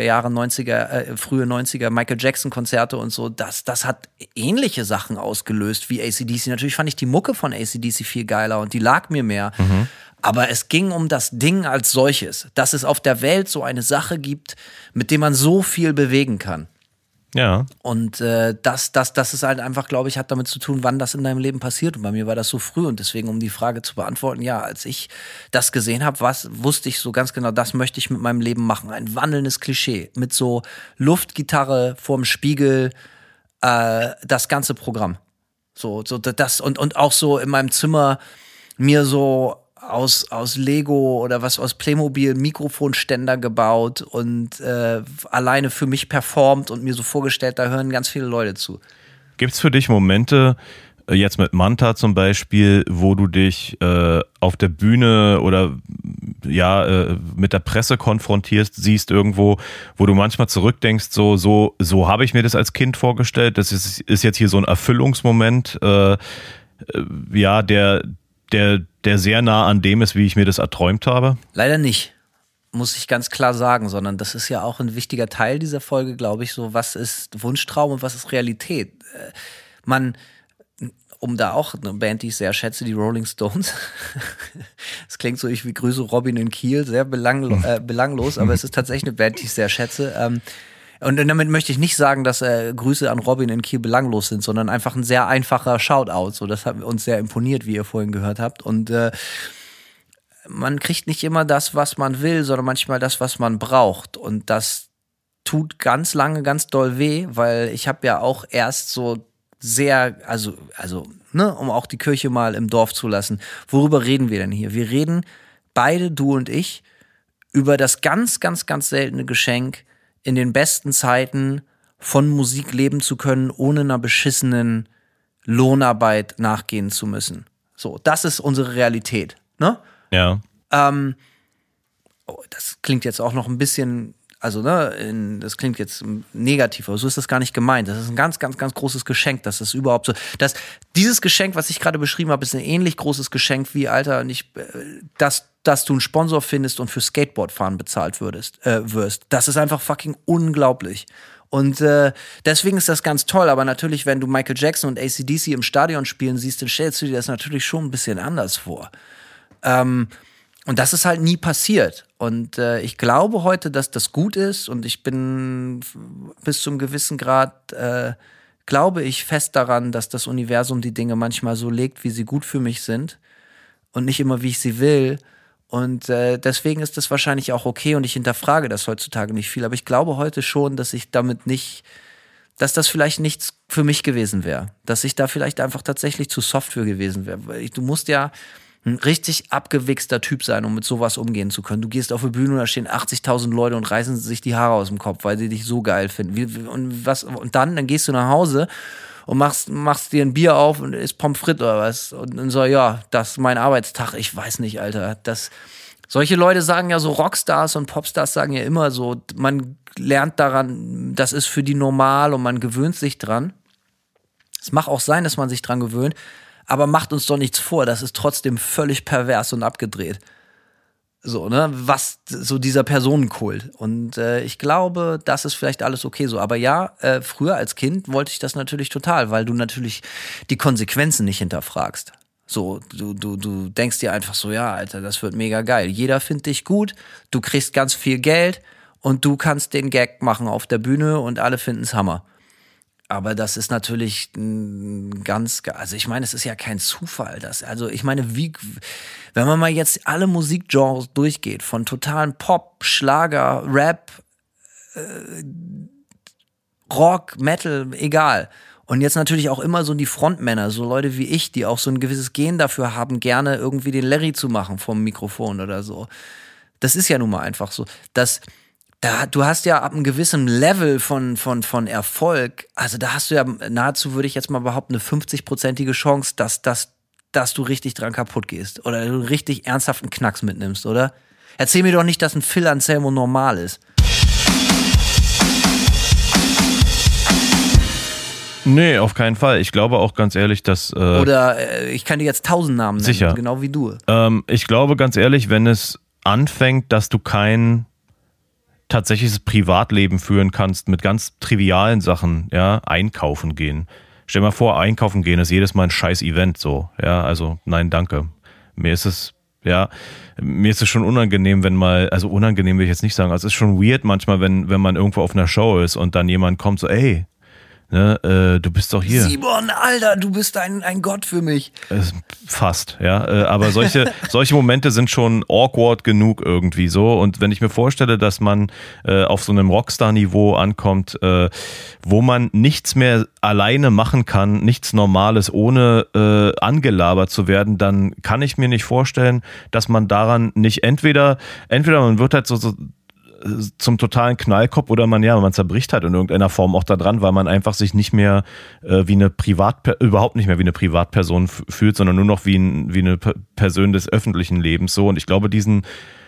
90er Michael Jackson Konzerte und so, das hat ähnliche Sachen ausgelöst wie AC/DC. Natürlich fand ich die Mucke von AC/DC viel geiler und die lag mir mehr. Aber es ging um das Ding als solches, dass es auf der Welt so eine Sache gibt, mit dem man so viel bewegen kann. Ja. Und das ist halt einfach, glaube ich, hat damit zu tun, wann das in deinem Leben passiert. Und bei mir war das so früh. Und deswegen, um die Frage zu beantworten, ja, als ich das gesehen habe, wusste ich so ganz genau, das möchte ich mit meinem Leben machen. Ein wandelndes Klischee mit so Luftgitarre vorm Spiegel, das ganze Programm. So das und auch so in meinem Zimmer mir so aus Lego oder was aus Playmobil Mikrofonständer gebaut und alleine für mich performt und mir so vorgestellt, da hören ganz viele Leute zu. Gibt's für dich Momente, jetzt mit Manta zum Beispiel, wo du dich auf der Bühne oder mit der Presse konfrontierst, siehst irgendwo, wo du manchmal zurückdenkst, so habe ich mir das als Kind vorgestellt, das ist jetzt hier so ein Erfüllungsmoment, der sehr nah an dem ist, wie ich mir das erträumt habe? Leider nicht, muss ich ganz klar sagen, sondern das ist ja auch ein wichtiger Teil dieser Folge, glaube ich, so was ist Wunschtraum und was ist Realität. Um da auch eine Band, die ich sehr schätze, die Rolling Stones. Das klingt so, ich grüße Robin in Kiel, sehr belanglos, aber es ist tatsächlich eine Band, die ich sehr schätze. Und damit möchte ich nicht sagen, dass Grüße an Robin in Kiel belanglos sind, sondern einfach ein sehr einfacher Shoutout. So, das hat uns sehr imponiert, wie ihr vorhin gehört habt. Und man kriegt nicht immer das, was man will, sondern manchmal das, was man braucht. Und das tut ganz lange ganz doll weh, weil ich habe ja auch erst so sehr, um auch die Kirche mal im Dorf zu lassen. Worüber reden wir denn hier? Wir reden beide, du und ich, über das ganz, ganz, ganz seltene Geschenk, in den besten Zeiten von Musik leben zu können, ohne einer beschissenen Lohnarbeit nachgehen zu müssen. So, das ist unsere Realität, ne? Ja. Das klingt jetzt auch noch ein bisschen, das klingt jetzt negativ, aber so ist das gar nicht gemeint. Das ist ein ganz, ganz, ganz großes Geschenk, dass das überhaupt so, dieses Geschenk, was ich gerade beschrieben habe, ist ein ähnlich großes Geschenk wie, Alter, dass du einen Sponsor findest und für Skateboardfahren bezahlt wirst. Das ist einfach fucking unglaublich. Und deswegen ist das ganz toll, aber natürlich, wenn du Michael Jackson und AC/DC im Stadion spielen siehst, dann stellst du dir das natürlich schon ein bisschen anders vor. Und das ist halt nie passiert. Und ich glaube heute, dass das gut ist und ich bin bis zum gewissen Grad, glaube ich fest daran, dass das Universum die Dinge manchmal so legt, wie sie gut für mich sind und nicht immer, wie ich sie will. Und deswegen ist das wahrscheinlich auch okay und ich hinterfrage das heutzutage nicht viel. Aber ich glaube heute schon, dass das vielleicht nichts für mich gewesen wäre. Dass ich da vielleicht einfach tatsächlich zu soft für gewesen wäre. Du musst ja ein richtig abgewichster Typ sein, um mit sowas umgehen zu können. Du gehst auf eine Bühne und da stehen 80.000 Leute und reißen sich die Haare aus dem Kopf, weil sie dich so geil finden. Und dann gehst du nach Hause und machst dir ein Bier auf und isst Pommes frites oder was. Und so, ja, das ist mein Arbeitstag. Ich weiß nicht, Alter. Solche Leute sagen ja so, Rockstars und Popstars sagen ja immer so, man lernt daran, das ist für die normal und man gewöhnt sich dran. Es mag auch sein, dass man sich dran gewöhnt, aber macht uns doch nichts vor, das ist trotzdem völlig pervers und abgedreht. So, ne? Was so dieser Personenkult. Und ich glaube, das ist vielleicht alles okay so. Aber ja, früher als Kind wollte ich das natürlich total, weil du natürlich die Konsequenzen nicht hinterfragst. So, du denkst dir einfach so, ja, Alter, das wird mega geil. Jeder findet dich gut, du kriegst ganz viel Geld und du kannst den Gag machen auf der Bühne und alle finden's Hammer. Aber das ist natürlich ich meine, es ist ja kein Zufall. Ich meine, wenn man mal jetzt alle Musikgenres durchgeht, von totalen Pop, Schlager, Rap, Rock, Metal, egal. Und jetzt natürlich auch immer so die Frontmänner, so Leute wie ich, die auch so ein gewisses Gen dafür haben, gerne irgendwie den Larry zu machen vom Mikrofon oder so. Das ist ja nun mal einfach so. Du hast ja ab einem gewissen Level von Erfolg, also da hast du ja nahezu, würde ich jetzt mal behaupten, eine 50-prozentige Chance, dass du richtig dran kaputt gehst oder du einen richtig ernsthaften Knacks mitnimmst, oder? Erzähl mir doch nicht, dass ein Phil Anselmo normal ist. Nee, auf keinen Fall. Ich glaube auch ganz ehrlich, dass... ich kann dir jetzt 1000 Namen nennen, sicher. Genau wie du. Ich glaube ganz ehrlich, wenn es anfängt, dass du kein tatsächliches Privatleben führen kannst mit ganz trivialen Sachen, ja, einkaufen gehen. Stell dir mal vor, einkaufen gehen ist jedes Mal ein scheiß Event so, ja, also nein, danke. Mir ist es ja. Mir ist es schon unangenehm, also unangenehm will ich jetzt nicht sagen, also es ist schon weird manchmal, wenn man irgendwo auf einer Show ist und dann jemand kommt so, ey, ne, du bist doch hier. Simon, Alter, du bist ein Gott für mich. Fast, ja. Aber solche Momente sind schon awkward genug irgendwie so. Und wenn ich mir vorstelle, dass man auf so einem Rockstar-Niveau ankommt, wo man nichts mehr alleine machen kann, nichts Normales, ohne angelabert zu werden, dann kann ich mir nicht vorstellen, dass man daran nicht entweder man wird halt so zum totalen Knallkopf oder man zerbricht halt in irgendeiner Form auch da dran, weil man einfach sich nicht mehr überhaupt nicht mehr wie eine Privatperson fühlt, sondern nur noch wie eine Person des öffentlichen Lebens so. Und ich glaube, diesen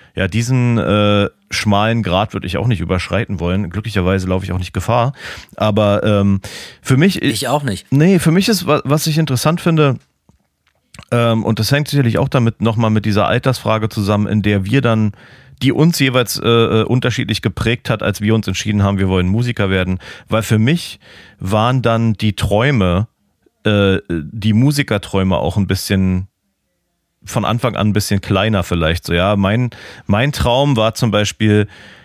schmalen Grat würde ich auch nicht überschreiten wollen. Glücklicherweise laufe ich auch nicht Gefahr. Aber für mich... Ich auch nicht. Nee, für mich ist, was ich interessant finde, und das hängt sicherlich auch damit nochmal mit dieser Altersfrage zusammen, in der wir dann die uns jeweils unterschiedlich geprägt hat, als wir uns entschieden haben, wir wollen Musiker werden. Weil für mich waren dann die Träume, die Musikerträume auch ein bisschen, von Anfang an ein bisschen kleiner vielleicht. So, ja, mein Traum war zum Beispiel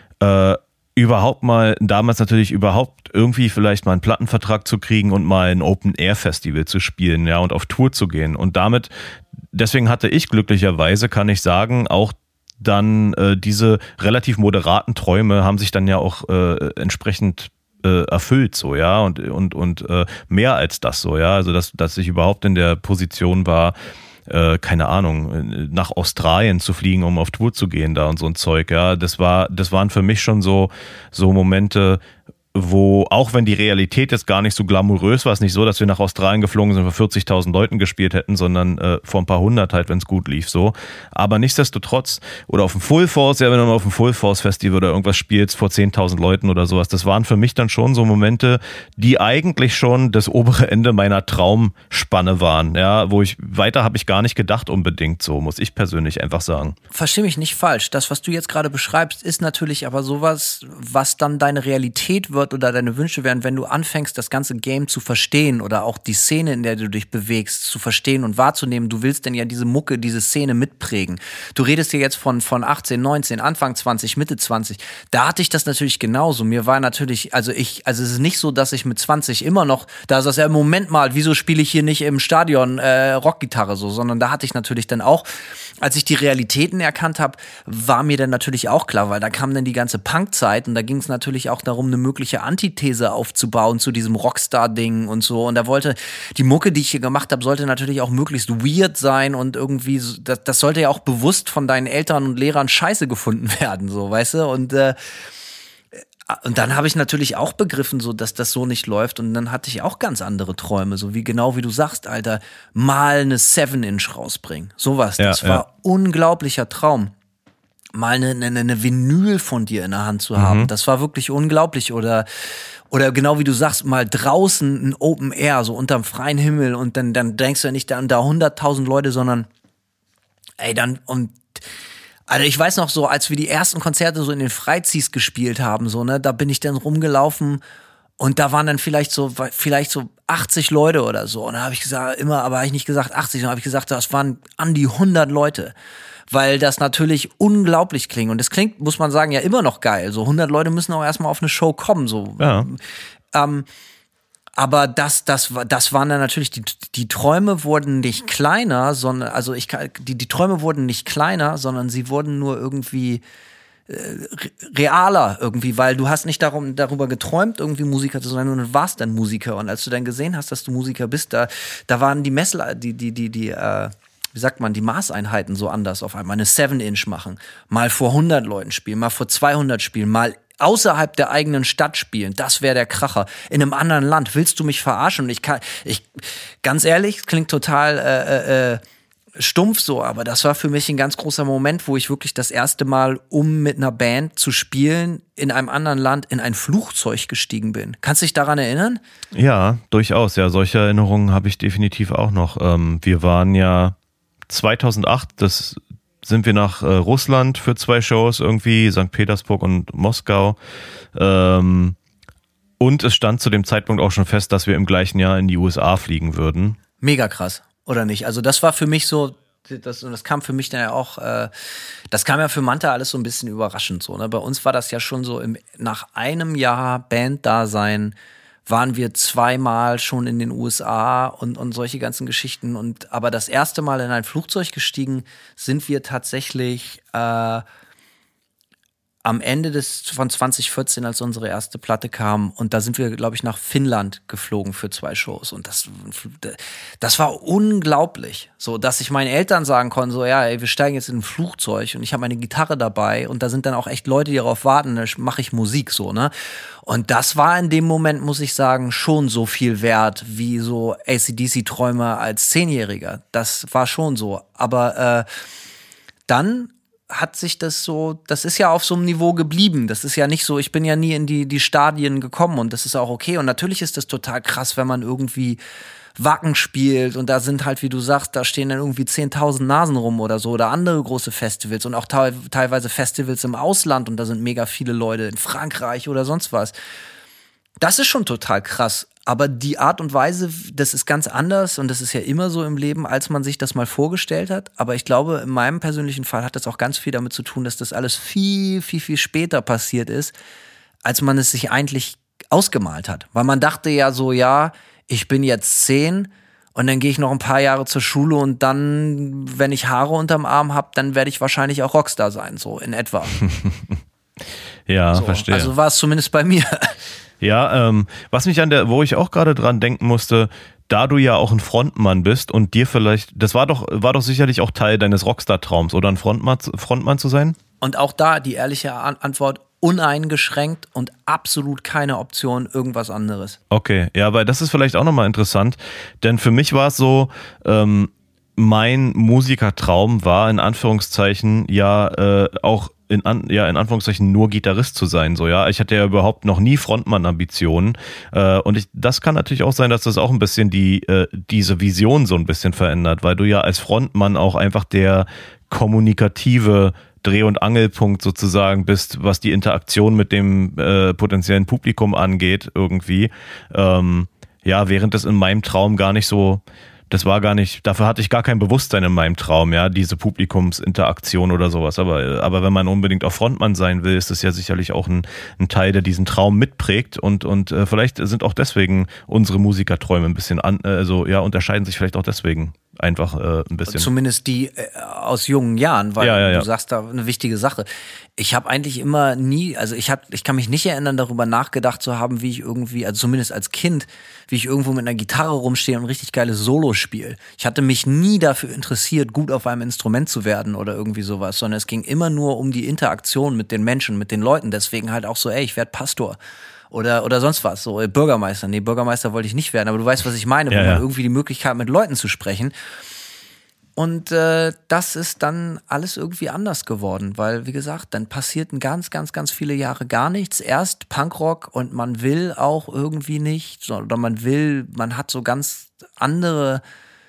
damals natürlich überhaupt irgendwie vielleicht mal einen Plattenvertrag zu kriegen und mal ein Open-Air-Festival zu spielen, ja, und auf Tour zu gehen. Und deswegen hatte ich glücklicherweise, kann ich sagen, auch dann diese relativ moderaten Träume haben sich dann ja auch entsprechend erfüllt, so, ja, und mehr als das so, ja, also dass ich überhaupt in der Position war, keine Ahnung, nach Australien zu fliegen, um auf Tour zu gehen da und so ein Zeug, ja, das waren für mich schon so Momente, wo, auch wenn die Realität jetzt gar nicht so glamourös war, es nicht so, dass wir nach Australien geflogen sind und vor 40.000 Leuten gespielt hätten, sondern vor ein paar hundert halt, wenn es gut lief, so. Aber nichtsdestotrotz, oder auf dem Full Force, ja, wenn du mal auf dem Full Force Festival oder irgendwas spielst vor 10.000 Leuten oder sowas, das waren für mich dann schon so Momente, die eigentlich schon das obere Ende meiner Traumspanne waren, ja, weiter habe ich gar nicht gedacht unbedingt, so, muss ich persönlich einfach sagen. Versteh mich nicht falsch, das, was du jetzt gerade beschreibst, ist natürlich aber sowas, was dann deine Realität wird oder deine Wünsche werden, wenn du anfängst, das ganze Game zu verstehen oder auch die Szene, in der du dich bewegst, zu verstehen und wahrzunehmen. Du willst denn ja diese Mucke, diese Szene mitprägen. Du redest ja jetzt von 18, 19, Anfang 20, Mitte 20. Da hatte ich das natürlich genauso. Mir war natürlich, also es ist nicht so, dass ich mit 20 immer noch, da ist das ja, Moment mal, wieso spiele ich hier nicht im Stadion Rockgitarre so, sondern da hatte ich natürlich dann auch, als ich die Realitäten erkannt habe, war mir dann natürlich auch klar, weil da kam dann die ganze Punk-Zeit und da ging es natürlich auch darum, eine mögliche Antithese aufzubauen zu diesem Rockstar-Ding und so. Und da wollte die Mucke, die ich hier gemacht habe, sollte natürlich auch möglichst weird sein und irgendwie, das sollte ja auch bewusst von deinen Eltern und Lehrern scheiße gefunden werden, so, weißt du? Und dann habe ich natürlich auch begriffen, so, dass das so nicht läuft. Und dann hatte ich auch ganz andere Träume, so genau wie du sagst, Alter, mal eine 7-Inch rausbringen. Sowas, das war unglaublicher Traum. Mal eine Vinyl von dir in der Hand zu haben. Das war wirklich unglaublich. Oder genau wie du sagst, mal draußen ein Open Air, so unterm freien Himmel. Und dann denkst du ja nicht an da 100.000 Leute, sondern also ich weiß noch so, als wir die ersten Konzerte so in den Freiziehs gespielt haben, so, ne, da bin ich dann rumgelaufen und da waren dann vielleicht so 80 Leute oder so. Und da habe ich gesagt, aber habe ich nicht gesagt 80, sondern habe ich gesagt, das waren an die 100 Leute. Weil das natürlich unglaublich klingt. Und das klingt, muss man sagen, ja immer noch geil. So 100 Leute müssen auch erstmal auf eine Show kommen. So. Ja. Aber das waren dann natürlich, die Träume wurden nicht kleiner, sondern, die Träume wurden nicht kleiner, sondern sie wurden nur irgendwie realer irgendwie, weil du hast nicht darüber geträumt, irgendwie Musiker zu sein, sondern du warst dann Musiker. Und als du dann gesehen hast, dass du Musiker bist, da waren die wie sagt man, die Maßeinheiten so anders auf einmal. Eine 7-Inch machen, mal vor 100 Leuten spielen, mal vor 200 spielen, mal außerhalb der eigenen Stadt spielen. Das wäre der Kracher. In einem anderen Land. Willst du mich verarschen? Und ganz ehrlich, klingt total stumpf so, aber das war für mich ein ganz großer Moment, wo ich wirklich das erste Mal, um mit einer Band zu spielen, in einem anderen Land in ein Flugzeug gestiegen bin. Kannst du dich daran erinnern? Ja, durchaus. Ja, solche Erinnerungen habe ich definitiv auch noch. Wir waren ja 2008, sind wir nach Russland für 2 Shows irgendwie, St. Petersburg und Moskau. Und es stand zu dem Zeitpunkt auch schon fest, dass wir im gleichen Jahr in die USA fliegen würden. Mega krass, oder nicht? Also das war für mich so, Das kam für mich dann ja auch, das kam ja für Manta alles so ein bisschen überraschend so. Ne? Bei uns war das ja schon so, nach einem Jahr Banddasein waren wir 2-mal schon in den USA und solche ganzen Geschichten. Aber das erste Mal in ein Flugzeug gestiegen sind wir tatsächlich am Ende von 2014, als unsere erste Platte kam. Und da sind wir, glaube ich, nach Finnland geflogen für 2 Shows. Und das war unglaublich. So, dass ich meinen Eltern sagen konnte, so, ja, ey, wir steigen jetzt in ein Flugzeug und ich habe meine Gitarre dabei. Und da sind dann auch echt Leute, die darauf warten, da mache ich Musik, so, ne? Und das war in dem Moment, muss ich sagen, schon so viel wert wie so AC/DC-Träume als 10-Jähriger. Das war schon so. Aber dann hat sich das ist ja auf so einem Niveau geblieben. Das ist ja nicht so, ich bin ja nie in die Stadien gekommen und das ist auch okay. Und natürlich ist das total krass, wenn man irgendwie Wacken spielt und da sind halt, wie du sagst, da stehen dann irgendwie 10.000 Nasen rum oder so oder andere große Festivals und auch teilweise Festivals im Ausland und da sind mega viele Leute in Frankreich oder sonst was. Das ist schon total krass. Aber die Art und Weise, das ist ganz anders und das ist ja immer so im Leben, als man sich das mal vorgestellt hat. Aber ich glaube, in meinem persönlichen Fall hat das auch ganz viel damit zu tun, dass das alles viel, viel, viel später passiert ist, als man es sich eigentlich ausgemalt hat. Weil man dachte ja so, ja, ich bin jetzt 10 und dann gehe ich noch ein paar Jahre zur Schule und dann, wenn ich Haare unterm Arm habe, dann werde ich wahrscheinlich auch Rockstar sein, so in etwa. Ja, so, verstehe. Also war es zumindest bei mir. Ja, was mich wo ich auch gerade dran denken musste, da du ja auch ein Frontmann bist und dir vielleicht, das war doch sicherlich auch Teil deines Rockstar-Traums, oder ein Frontmann zu sein? Und auch da die ehrliche Antwort, uneingeschränkt und absolut keine Option, irgendwas anderes. Okay, ja, weil das ist vielleicht auch nochmal interessant, denn für mich war es so, mein Musikertraum war in Anführungszeichen ja auch in Anführungszeichen nur Gitarrist zu sein, so, ja. Ich hatte ja überhaupt noch nie Frontmann-Ambitionen und das kann natürlich auch sein, dass das auch ein bisschen diese Vision so ein bisschen verändert, weil du ja als Frontmann auch einfach der kommunikative Dreh- und Angelpunkt sozusagen bist, was die Interaktion mit dem potenziellen Publikum angeht irgendwie. Ja, während das in meinem Traum gar nicht so, das war gar nicht, dafür hatte ich gar kein Bewusstsein in meinem Traum, ja, diese Publikumsinteraktion oder sowas. Aber wenn man unbedingt auch Frontmann sein will, ist das ja sicherlich auch ein Teil, der diesen Traum mitprägt und vielleicht sind auch deswegen unsere Musikerträume ein bisschen unterscheiden sich vielleicht auch deswegen einfach ein bisschen. Zumindest die aus jungen Jahren, weil du sagst da eine wichtige Sache. Ich habe eigentlich immer nie, also ich kann mich nicht erinnern, darüber nachgedacht zu haben, wie ich irgendwie, also zumindest als Kind, wie ich irgendwo mit einer Gitarre rumstehe und ein richtig geiles Solo spiele. Ich hatte mich nie dafür interessiert, gut auf einem Instrument zu werden oder irgendwie sowas, sondern es ging immer nur um die Interaktion mit den Menschen, mit den Leuten. Deswegen halt auch so, ey, ich werde Pastor. Oder sonst was, so Bürgermeister. Nee, Bürgermeister wollte ich nicht werden, aber du weißt, was ich meine, wo man irgendwie die Möglichkeit hat, mit Leuten zu sprechen. Und das ist dann alles irgendwie anders geworden, weil, wie gesagt, dann passierten ganz, ganz, ganz viele Jahre gar nichts. Erst Punkrock und man will auch irgendwie nicht, oder man hat so ganz andere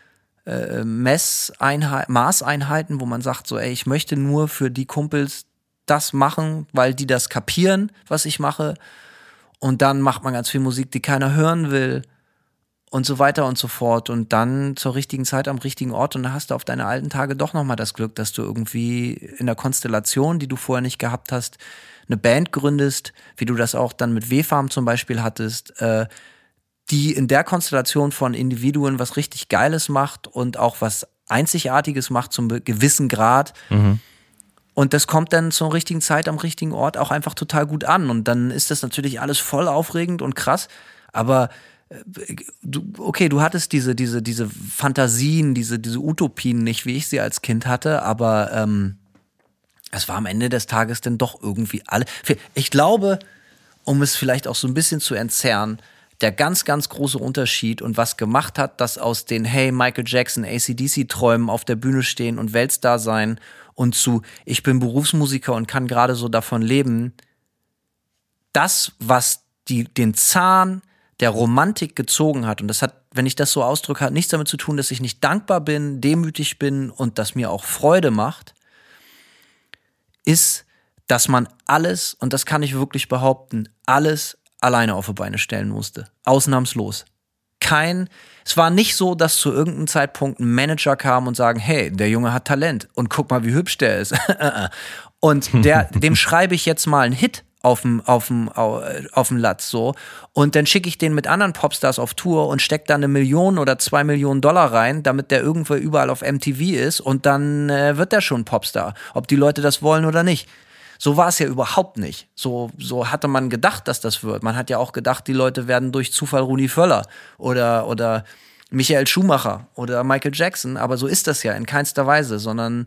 Maßeinheiten, wo man sagt so, ey, ich möchte nur für die Kumpels das machen, weil die das kapieren, was ich mache. Und dann macht man ganz viel Musik, die keiner hören will und so weiter und so fort. Und dann zur richtigen Zeit am richtigen Ort. Und dann hast du auf deine alten Tage doch nochmal das Glück, dass du irgendwie in der Konstellation, die du vorher nicht gehabt hast, eine Band gründest, wie du das auch dann mit W-Farm zum Beispiel hattest, die in der Konstellation von Individuen was richtig Geiles macht und auch was Einzigartiges macht zum gewissen Grad. Mhm. Und das kommt dann zur richtigen Zeit am richtigen Ort auch einfach total gut an. Und dann ist das natürlich alles voll aufregend und krass. Aber du hattest diese Fantasien, diese Utopien nicht, wie ich sie als Kind hatte. Aber es war am Ende des Tages dann doch irgendwie alle. Ich glaube, um es vielleicht auch so ein bisschen zu entzerren, der ganz, ganz große Unterschied und was gemacht hat, dass aus den Hey, Michael Jackson, AC/DC-Träumen auf der Bühne stehen und Weltstar sein und zu ich bin Berufsmusiker und kann gerade so davon leben, das, was den Zahn der Romantik gezogen hat, und das hat, wenn ich das so ausdrücke, hat nichts damit zu tun, dass ich nicht dankbar bin, demütig bin und das mir auch Freude macht, ist, dass man alles, und das kann ich wirklich behaupten, alles alleine auf die Beine stellen musste. Ausnahmslos. es war nicht so, dass zu irgendeinem Zeitpunkt ein Manager kam und sagen, hey, der Junge hat Talent und guck mal, wie hübsch der ist. Und dem schreibe ich jetzt mal einen Hit auf dem Latz, so. Und dann schicke ich den mit anderen Popstars auf Tour und stecke da 1 Million oder 2 Millionen Dollar rein, damit der irgendwo überall auf MTV ist und dann wird der schon Popstar. Ob die Leute das wollen oder nicht. So war es ja überhaupt nicht. So hatte man gedacht, dass das wird. Man hat ja auch gedacht, die Leute werden durch Zufall Rudi Völler oder Michael Schumacher oder Michael Jackson. Aber so ist das ja in keinster Weise, sondern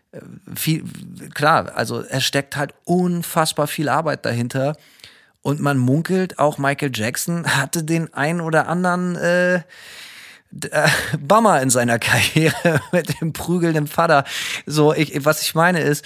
klar, also es steckt halt unfassbar viel Arbeit dahinter. Und man munkelt, auch Michael Jackson hatte den ein oder anderen Bummer in seiner Karriere mit dem prügelnden Vater. So, was ich meine ist,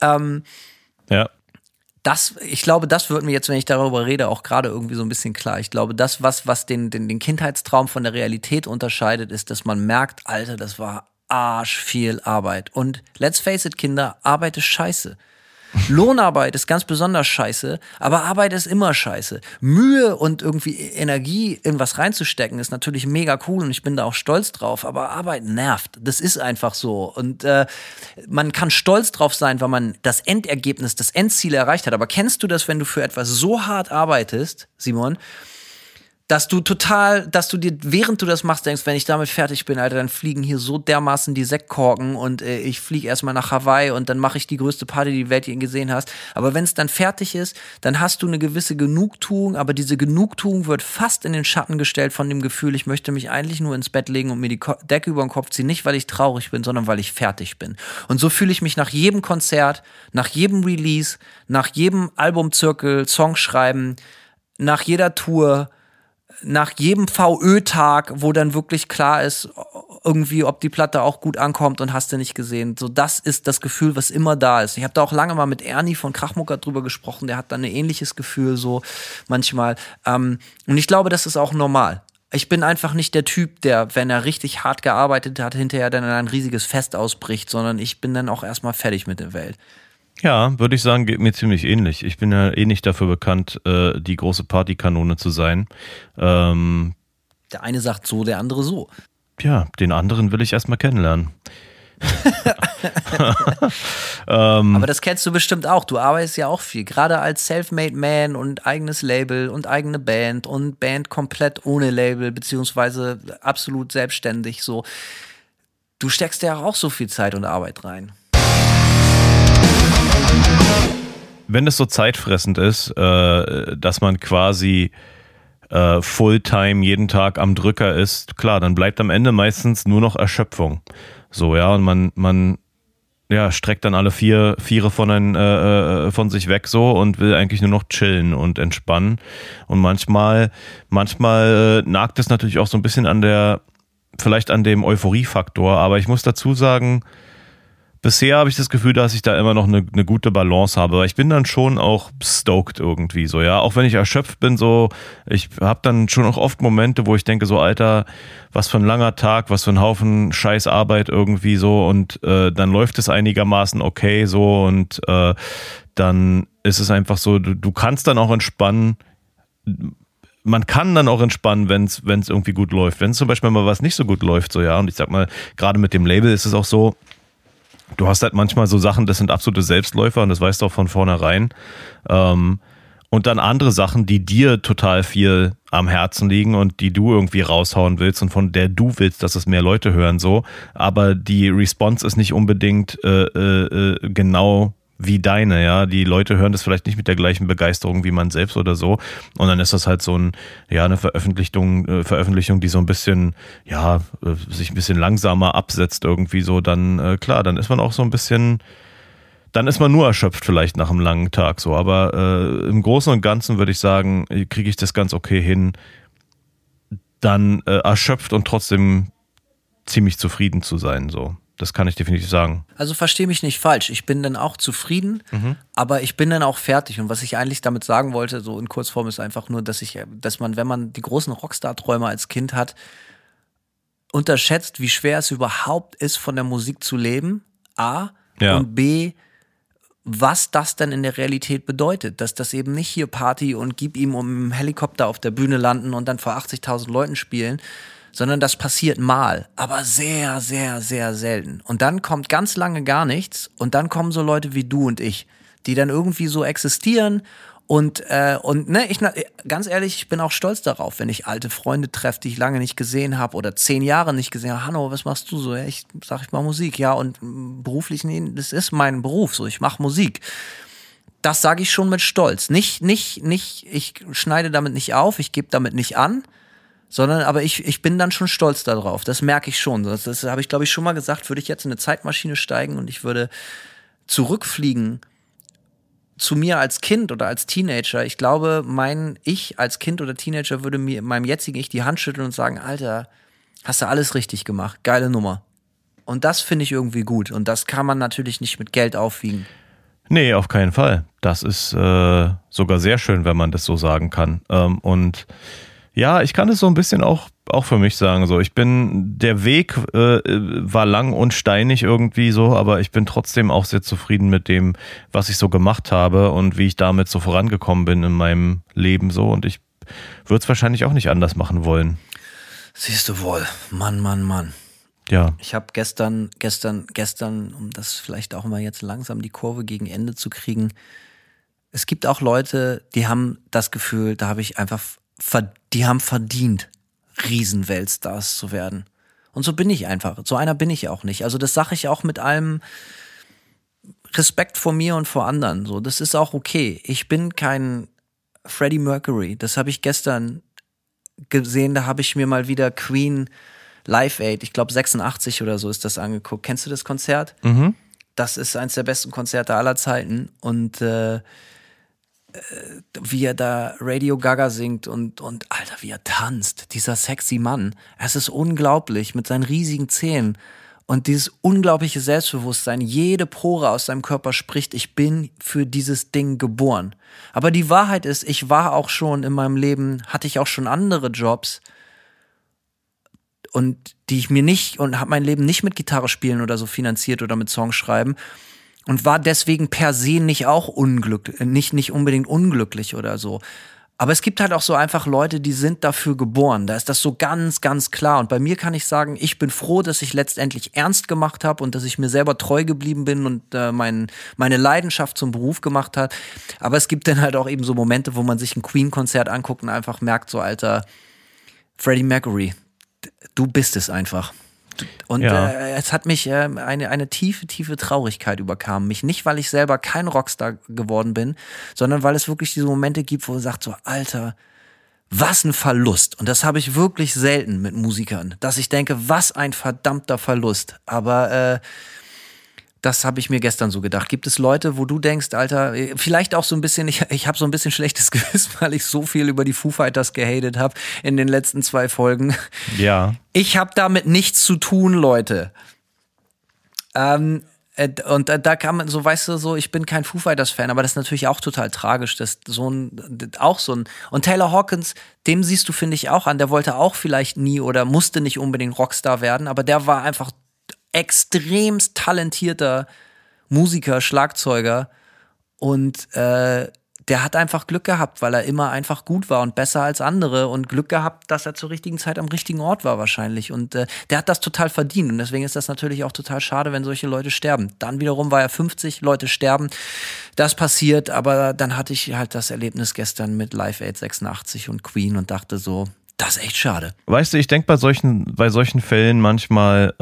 ja. Ich glaube, das wird mir jetzt, wenn ich darüber rede, auch gerade irgendwie so ein bisschen klar. Ich glaube, das, was den Kindheitstraum von der Realität unterscheidet, ist, dass man merkt, Alter, das war arsch viel Arbeit. Und let's face it, Kinder, Arbeit ist scheiße. Lohnarbeit ist ganz besonders scheiße, aber Arbeit ist immer scheiße. Mühe und irgendwie Energie in was reinzustecken ist natürlich mega cool und ich bin da auch stolz drauf, aber Arbeit nervt. Das ist einfach so. Und man kann stolz drauf sein, weil man das Endergebnis, das Endziel erreicht hat. Aber kennst du das, wenn du für etwas so hart arbeitest, Simon, dass du dir, während du das machst, denkst, wenn ich damit fertig bin, Alter, dann fliegen hier so dermaßen die Sektkorken und ich fliege erstmal nach Hawaii und dann mache ich die größte Party, die Welt je gesehen hast. Aber wenn es dann fertig ist, dann hast du eine gewisse Genugtuung, aber diese Genugtuung wird fast in den Schatten gestellt von dem Gefühl, ich möchte mich eigentlich nur ins Bett legen und mir die Decke über den Kopf ziehen, nicht weil ich traurig bin, sondern weil ich fertig bin. Und so fühle ich mich nach jedem Konzert, nach jedem Release, nach jedem Albumzirkel, Songschreiben, nach jeder Tour, nach jedem VÖ-Tag, wo dann wirklich klar ist, irgendwie, ob die Platte auch gut ankommt und hast du nicht gesehen. So, das ist das Gefühl, was immer da ist. Ich habe da auch lange mal mit Ernie von Krachmucker drüber gesprochen, der hat dann ein ähnliches Gefühl so manchmal. Und ich glaube, das ist auch normal. Ich bin einfach nicht der Typ, der, wenn er richtig hart gearbeitet hat, hinterher dann in ein riesiges Fest ausbricht, sondern ich bin dann auch erstmal fertig mit der Welt. Ja, würde ich sagen, geht mir ziemlich ähnlich. Ich bin ja eh nicht dafür bekannt, die große Partykanone zu sein. Der eine sagt so, der andere so. Ja, den anderen will ich erstmal kennenlernen. Aber das kennst du bestimmt auch. Du arbeitest ja auch viel. Gerade als Selfmade Man und eigenes Label und eigene Band und Band komplett ohne Label, beziehungsweise absolut selbstständig so. Du steckst ja auch so viel Zeit und Arbeit rein. Wenn es so zeitfressend ist, dass man quasi Fulltime jeden Tag am Drücker ist, klar, dann bleibt am Ende meistens nur noch Erschöpfung. So, ja, und man streckt dann alle Viere von sich weg so und will eigentlich nur noch chillen und entspannen. Und manchmal nagt es natürlich auch so ein bisschen vielleicht an dem Euphoriefaktor, aber ich muss dazu sagen, bisher habe ich das Gefühl, dass ich da immer noch eine gute Balance habe. Aber ich bin dann schon auch stoked irgendwie so, ja. Auch wenn ich erschöpft bin, so, ich habe dann schon auch oft Momente, wo ich denke so, Alter, was für ein langer Tag, was für ein Haufen scheiß Arbeit irgendwie so und dann läuft es einigermaßen okay so und dann ist es einfach so, du kannst dann auch entspannen. Man kann dann auch entspannen, wenn es irgendwie gut läuft. Wenn zum Beispiel mal was nicht so gut läuft, so, ja. Und ich sag mal, gerade mit dem Label ist es auch so, du hast halt manchmal so Sachen, das sind absolute Selbstläufer und das weißt du auch von vornherein. Und dann andere Sachen, die dir total viel am Herzen liegen und die du irgendwie raushauen willst und von der du willst, dass es mehr Leute hören, so. Aber die Response ist nicht unbedingt genau wie deine, ja. Die Leute hören das vielleicht nicht mit der gleichen Begeisterung wie man selbst oder so. Und dann ist das halt so eine Veröffentlichung, die so ein bisschen, ja, sich ein bisschen langsamer absetzt irgendwie so. Dann, klar, dann ist man auch so ein bisschen, dann ist man nur erschöpft vielleicht nach einem langen Tag so. Aber im Großen und Ganzen würde ich sagen, kriege ich das ganz okay hin, dann erschöpft und trotzdem ziemlich zufrieden zu sein, so. Das kann ich definitiv sagen. Also verstehe mich nicht falsch. Ich bin dann auch zufrieden, aber ich bin dann auch fertig. Und was ich eigentlich damit sagen wollte, so in Kurzform, ist einfach nur, dass man, wenn man die großen Rockstar-Träume als Kind hat, unterschätzt, wie schwer es überhaupt ist, von der Musik zu leben. A. Ja. Und B. was das denn in der Realität bedeutet. Dass das eben nicht hier Party und gib ihm um Helikopter auf der Bühne landen und dann vor 80.000 Leuten spielen, sondern das passiert mal, aber sehr, sehr, sehr selten. Und dann kommt ganz lange gar nichts und dann kommen so Leute wie du und ich, die dann irgendwie so existieren und ganz ehrlich, ich bin auch stolz darauf, wenn ich alte Freunde treffe, die ich lange nicht gesehen habe oder 10 Jahre nicht gesehen habe. Hanno, was machst du so? Ja, ich mache Musik. Ja, und beruflich, nee, das ist mein Beruf, so, ich mache Musik. Das sage ich schon mit Stolz. Nicht, ich schneide damit nicht auf, ich gebe damit nicht an, sondern aber ich bin dann schon stolz darauf. Das merke ich schon. Das habe ich, glaube ich, schon mal gesagt, würde ich jetzt in eine Zeitmaschine steigen und ich würde zurückfliegen zu mir als Kind oder als Teenager. Ich glaube, ich als Kind oder Teenager würde mir meinem jetzigen Ich die Hand schütteln und sagen, Alter, hast du alles richtig gemacht. Geile Nummer. Und das finde ich irgendwie gut. Und das kann man natürlich nicht mit Geld aufwiegen. Nee, auf keinen Fall. Das ist sogar sehr schön, wenn man das so sagen kann. Und ja, ich kann es so ein bisschen auch für mich sagen. So, der Weg war lang und steinig irgendwie so, aber ich bin trotzdem auch sehr zufrieden mit dem, was ich so gemacht habe und wie ich damit so vorangekommen bin in meinem Leben so. Und ich würde es wahrscheinlich auch nicht anders machen wollen. Siehst du wohl. Mann. Ja. Ich habe gestern, um das vielleicht auch mal jetzt langsam die Kurve gegen Ende zu kriegen, es gibt auch Leute, die haben das Gefühl, die haben verdient, Riesenweltstars zu werden. Und so bin ich einfach. So einer bin ich auch nicht. Also das sage ich auch mit allem Respekt vor mir und vor anderen. So, das ist auch okay. Ich bin kein Freddie Mercury. Das habe ich gestern gesehen. Da habe ich mir mal wieder Queen Live Aid, ich glaube 86 oder so ist das angeguckt. Kennst du das Konzert? Mhm. Das ist eins der besten Konzerte aller Zeiten. Und wie er da Radio Gaga singt und Alter, wie er tanzt, dieser sexy Mann. Es ist unglaublich mit seinen riesigen Zähnen und dieses unglaubliche Selbstbewusstsein. Jede Pore aus seinem Körper spricht, ich bin für dieses Ding geboren. Aber die Wahrheit ist, ich war auch schon in meinem Leben, hatte ich auch schon andere Jobs und die ich mir nicht, und habe mein Leben nicht mit Gitarre spielen oder so finanziert oder mit Songs schreiben. Und war deswegen per se nicht unbedingt unglücklich oder so. Aber es gibt halt auch so einfach Leute, die sind dafür geboren. Da ist das so ganz, ganz klar. Und bei mir kann ich sagen, ich bin froh, dass ich letztendlich ernst gemacht habe und dass ich mir selber treu geblieben bin und meine Leidenschaft zum Beruf gemacht hat. Aber es gibt dann halt auch eben so Momente, wo man sich ein Queen-Konzert anguckt und einfach merkt, so Alter, Freddie Mercury, du bist es einfach. Und es hat mich eine tiefe Traurigkeit überkam mich. Nicht, weil ich selber kein Rockstar geworden bin, sondern weil es wirklich diese Momente gibt, wo man sagt so, Alter, was ein Verlust. Und das habe ich wirklich selten mit Musikern, dass ich denke, was ein verdammter Verlust. Aber das habe ich mir gestern so gedacht. Gibt es Leute, wo du denkst, Alter, vielleicht auch so ein bisschen, ich habe so ein bisschen schlechtes Gewissen, weil ich so viel über die Foo Fighters gehatet habe in den letzten 2 Folgen. Ja. Ich habe damit nichts zu tun, Leute. Und da kann man, so weißt du, so, ich bin kein Foo Fighters-Fan, aber das ist natürlich auch total tragisch, dass und Taylor Hawkins, dem siehst du, finde ich, auch an, der wollte auch vielleicht nie oder musste nicht unbedingt Rockstar werden, aber der war einfach extremst talentierter Musiker, Schlagzeuger und der hat einfach Glück gehabt, weil er immer einfach gut war und besser als andere und Glück gehabt, dass er zur richtigen Zeit am richtigen Ort war wahrscheinlich und der hat das total verdient und deswegen ist das natürlich auch total schade, wenn solche Leute sterben. Dann wiederum war er 50, Leute sterben, das passiert, aber dann hatte ich halt das Erlebnis gestern mit Live Aid 86 und Queen und dachte so, das ist echt schade. Weißt du, ich denke bei solchen Fällen manchmal,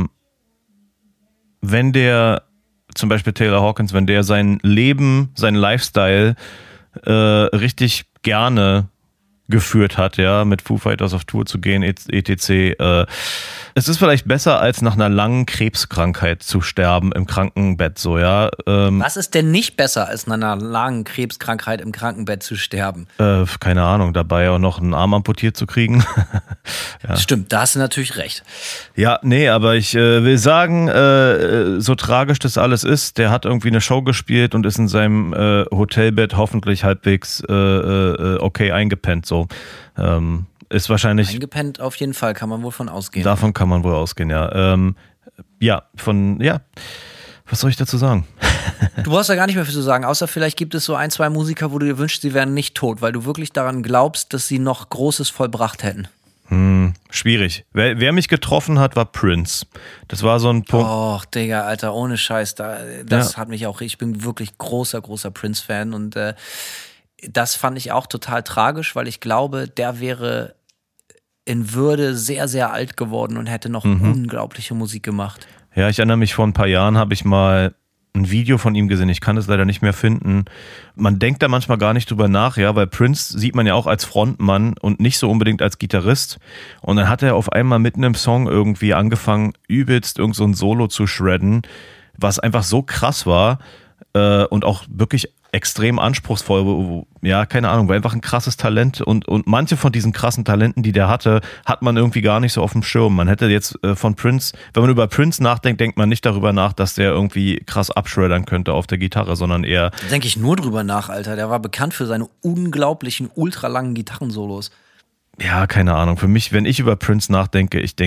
wenn der, zum Beispiel Taylor Hawkins, wenn der sein Leben, sein Lifestyle richtig gerne geführt hat, ja, mit Foo Fighters auf Tour zu gehen, etc. Es ist vielleicht besser, als nach einer langen Krebskrankheit zu sterben im Krankenbett, so, ja. Was ist denn nicht besser, als nach einer langen Krebskrankheit im Krankenbett zu sterben? Keine Ahnung, dabei auch noch einen Arm amputiert zu kriegen. Ja. Stimmt, da hast du natürlich recht. Ja, nee, aber ich will sagen, so tragisch das alles ist, der hat irgendwie eine Show gespielt und ist in seinem Hotelbett hoffentlich halbwegs okay eingepennt, so. Ist wahrscheinlich. Eingepennt auf jeden Fall, kann man wohl von ausgehen. Davon kann man wohl ausgehen, ja. Was soll ich dazu sagen? Du brauchst da gar nicht mehr viel zu sagen, außer vielleicht gibt es so 1, 2 Musiker, wo du dir wünschst, sie wären nicht tot, weil du wirklich daran glaubst, dass sie noch Großes vollbracht hätten. Schwierig. Wer mich getroffen hat, war Prince. Das war so ein Punkt. Och, Digga, Alter, ohne Scheiß. Hat mich auch, ich bin wirklich großer Prince-Fan und das fand ich auch total tragisch, weil ich glaube, der wäre in Würde sehr, sehr alt geworden und hätte noch unglaubliche Musik gemacht. Ja, ich erinnere mich, vor ein paar Jahren habe ich mal ein Video von ihm gesehen, ich kann es leider nicht mehr finden. Man denkt da manchmal gar nicht drüber nach, ja, weil Prince sieht man ja auch als Frontmann und nicht so unbedingt als Gitarrist. Und dann hat er auf einmal mitten im Song irgendwie angefangen, übelst irgend so ein Solo zu shredden, was einfach so krass war und auch wirklich extrem anspruchsvoll, ja, keine Ahnung, war einfach ein krasses Talent und manche von diesen krassen Talenten, die der hatte, hat man irgendwie gar nicht so auf dem Schirm. Man hätte jetzt von Prince, wenn man über Prince nachdenkt, denkt man nicht darüber nach, dass der irgendwie krass abschreddern könnte auf der Gitarre, sondern eher... Da denke ich nur drüber nach, Alter. Der war bekannt für seine unglaublichen, ultralangen Gitarrensolos. Ja, keine Ahnung. Für mich, wenn ich über Prince nachdenke, ich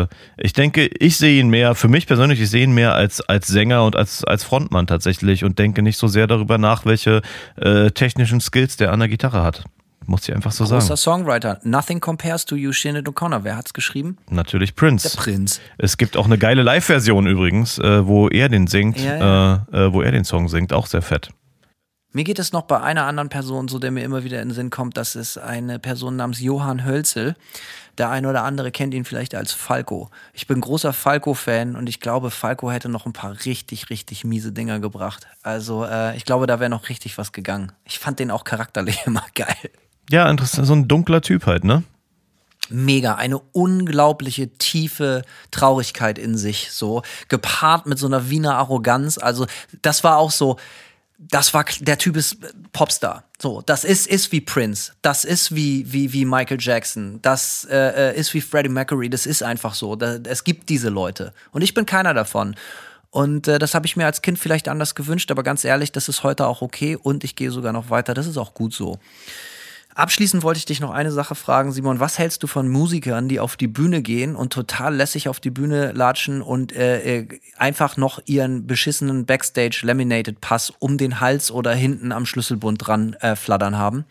sehe ihn mehr, für mich persönlich, ich sehe ihn mehr als Sänger und als Frontmann tatsächlich und denke nicht so sehr darüber nach, welche technischen Skills der an der Gitarre hat. Muss ich einfach so sagen. Großer Songwriter. Nothing compares to you, Sinead O'Connor. Wer hat's geschrieben? Natürlich Prince. Der Prinz. Es gibt auch eine geile Live-Version übrigens, wo er den singt, Ja. wo er den Song singt, auch sehr fett. Mir geht es noch bei einer anderen Person so, der mir immer wieder in den Sinn kommt. Das ist eine Person namens Johann Hölzel. Der eine oder andere kennt ihn vielleicht als Falco. Ich bin großer Falco-Fan und ich glaube, Falco hätte noch ein paar richtig, richtig miese Dinger gebracht. Also ich glaube, da wäre noch richtig was gegangen. Ich fand den auch charakterlich immer geil. Ja, interessant, so ein dunkler Typ halt, ne? Mega, eine unglaubliche tiefe Traurigkeit in sich, so gepaart mit so einer Wiener Arroganz. Also das war auch so... der Typ ist Popstar. So, das ist wie Prince, das ist wie Michael Jackson, das ist wie Freddie Mercury, das ist einfach so. Es gibt diese Leute und ich bin keiner davon. Und das habe ich mir als Kind vielleicht anders gewünscht, aber ganz ehrlich, das ist heute auch okay und ich gehe sogar noch weiter, das ist auch gut so. Abschließend wollte ich dich noch eine Sache fragen, Simon. Was hältst du von Musikern, die auf die Bühne gehen und total lässig auf die Bühne latschen und einfach noch ihren beschissenen Backstage-Laminated-Pass um den Hals oder hinten am Schlüsselbund dran flattern haben?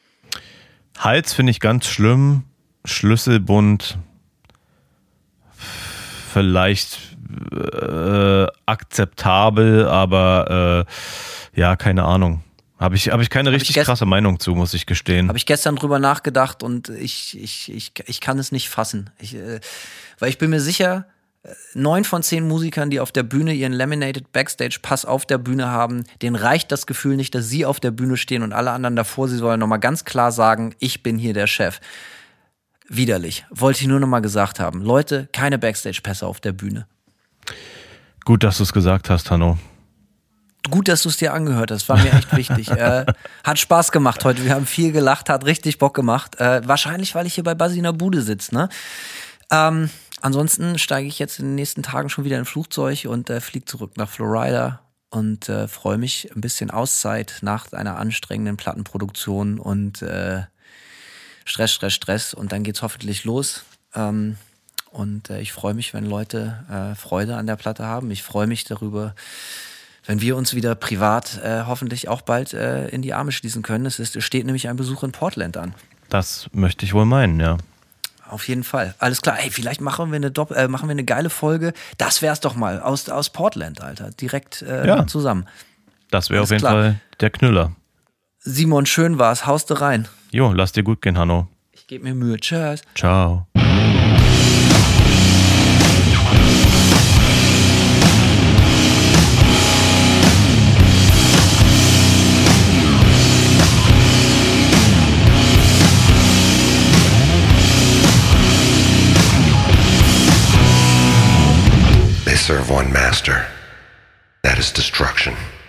Hals finde ich ganz schlimm. Schlüsselbund vielleicht akzeptabel, aber ja, keine Ahnung. Habe ich keine richtig krasse Meinung zu, muss ich gestehen. Habe ich gestern drüber nachgedacht und ich kann es nicht fassen. Weil ich bin mir sicher, 9 von 10 Musikern, die auf der Bühne ihren Laminated Backstage-Pass auf der Bühne haben, denen reicht das Gefühl nicht, dass sie auf der Bühne stehen und alle anderen davor, sie sollen nochmal ganz klar sagen, ich bin hier der Chef. Widerlich. Wollte ich nur nochmal gesagt haben. Leute, keine Backstage-Pässe auf der Bühne. Gut, dass du es gesagt hast, Hanno. Gut, dass du es dir angehört hast, war mir echt wichtig. Hat Spaß gemacht heute, wir haben viel gelacht, hat richtig Bock gemacht. Wahrscheinlich, weil ich hier bei Buzzy in der Bude sitze, ne? Ansonsten steige ich jetzt in den nächsten Tagen schon wieder in ein Flugzeug und fliege zurück nach Florida und freue mich, ein bisschen Auszeit nach einer anstrengenden Plattenproduktion und Stress und dann geht's hoffentlich los. Und ich freue mich, wenn Leute Freude an der Platte haben. Ich freue mich darüber, wenn wir uns wieder privat hoffentlich auch bald in die Arme schließen können. Es steht nämlich ein Besuch in Portland an. Das möchte ich wohl meinen, ja. Auf jeden Fall. Alles klar. Ey, vielleicht machen wir eine geile Folge. Das wär's doch mal. Aus Portland, Alter. Direkt zusammen. Das wäre auf jeden Fall der Knüller. Simon, schön war's. Haust du rein. Jo, lass dir gut gehen, Hanno. Ich gebe mir Mühe. Tschüss. Ciao. They serve one master. That is destruction.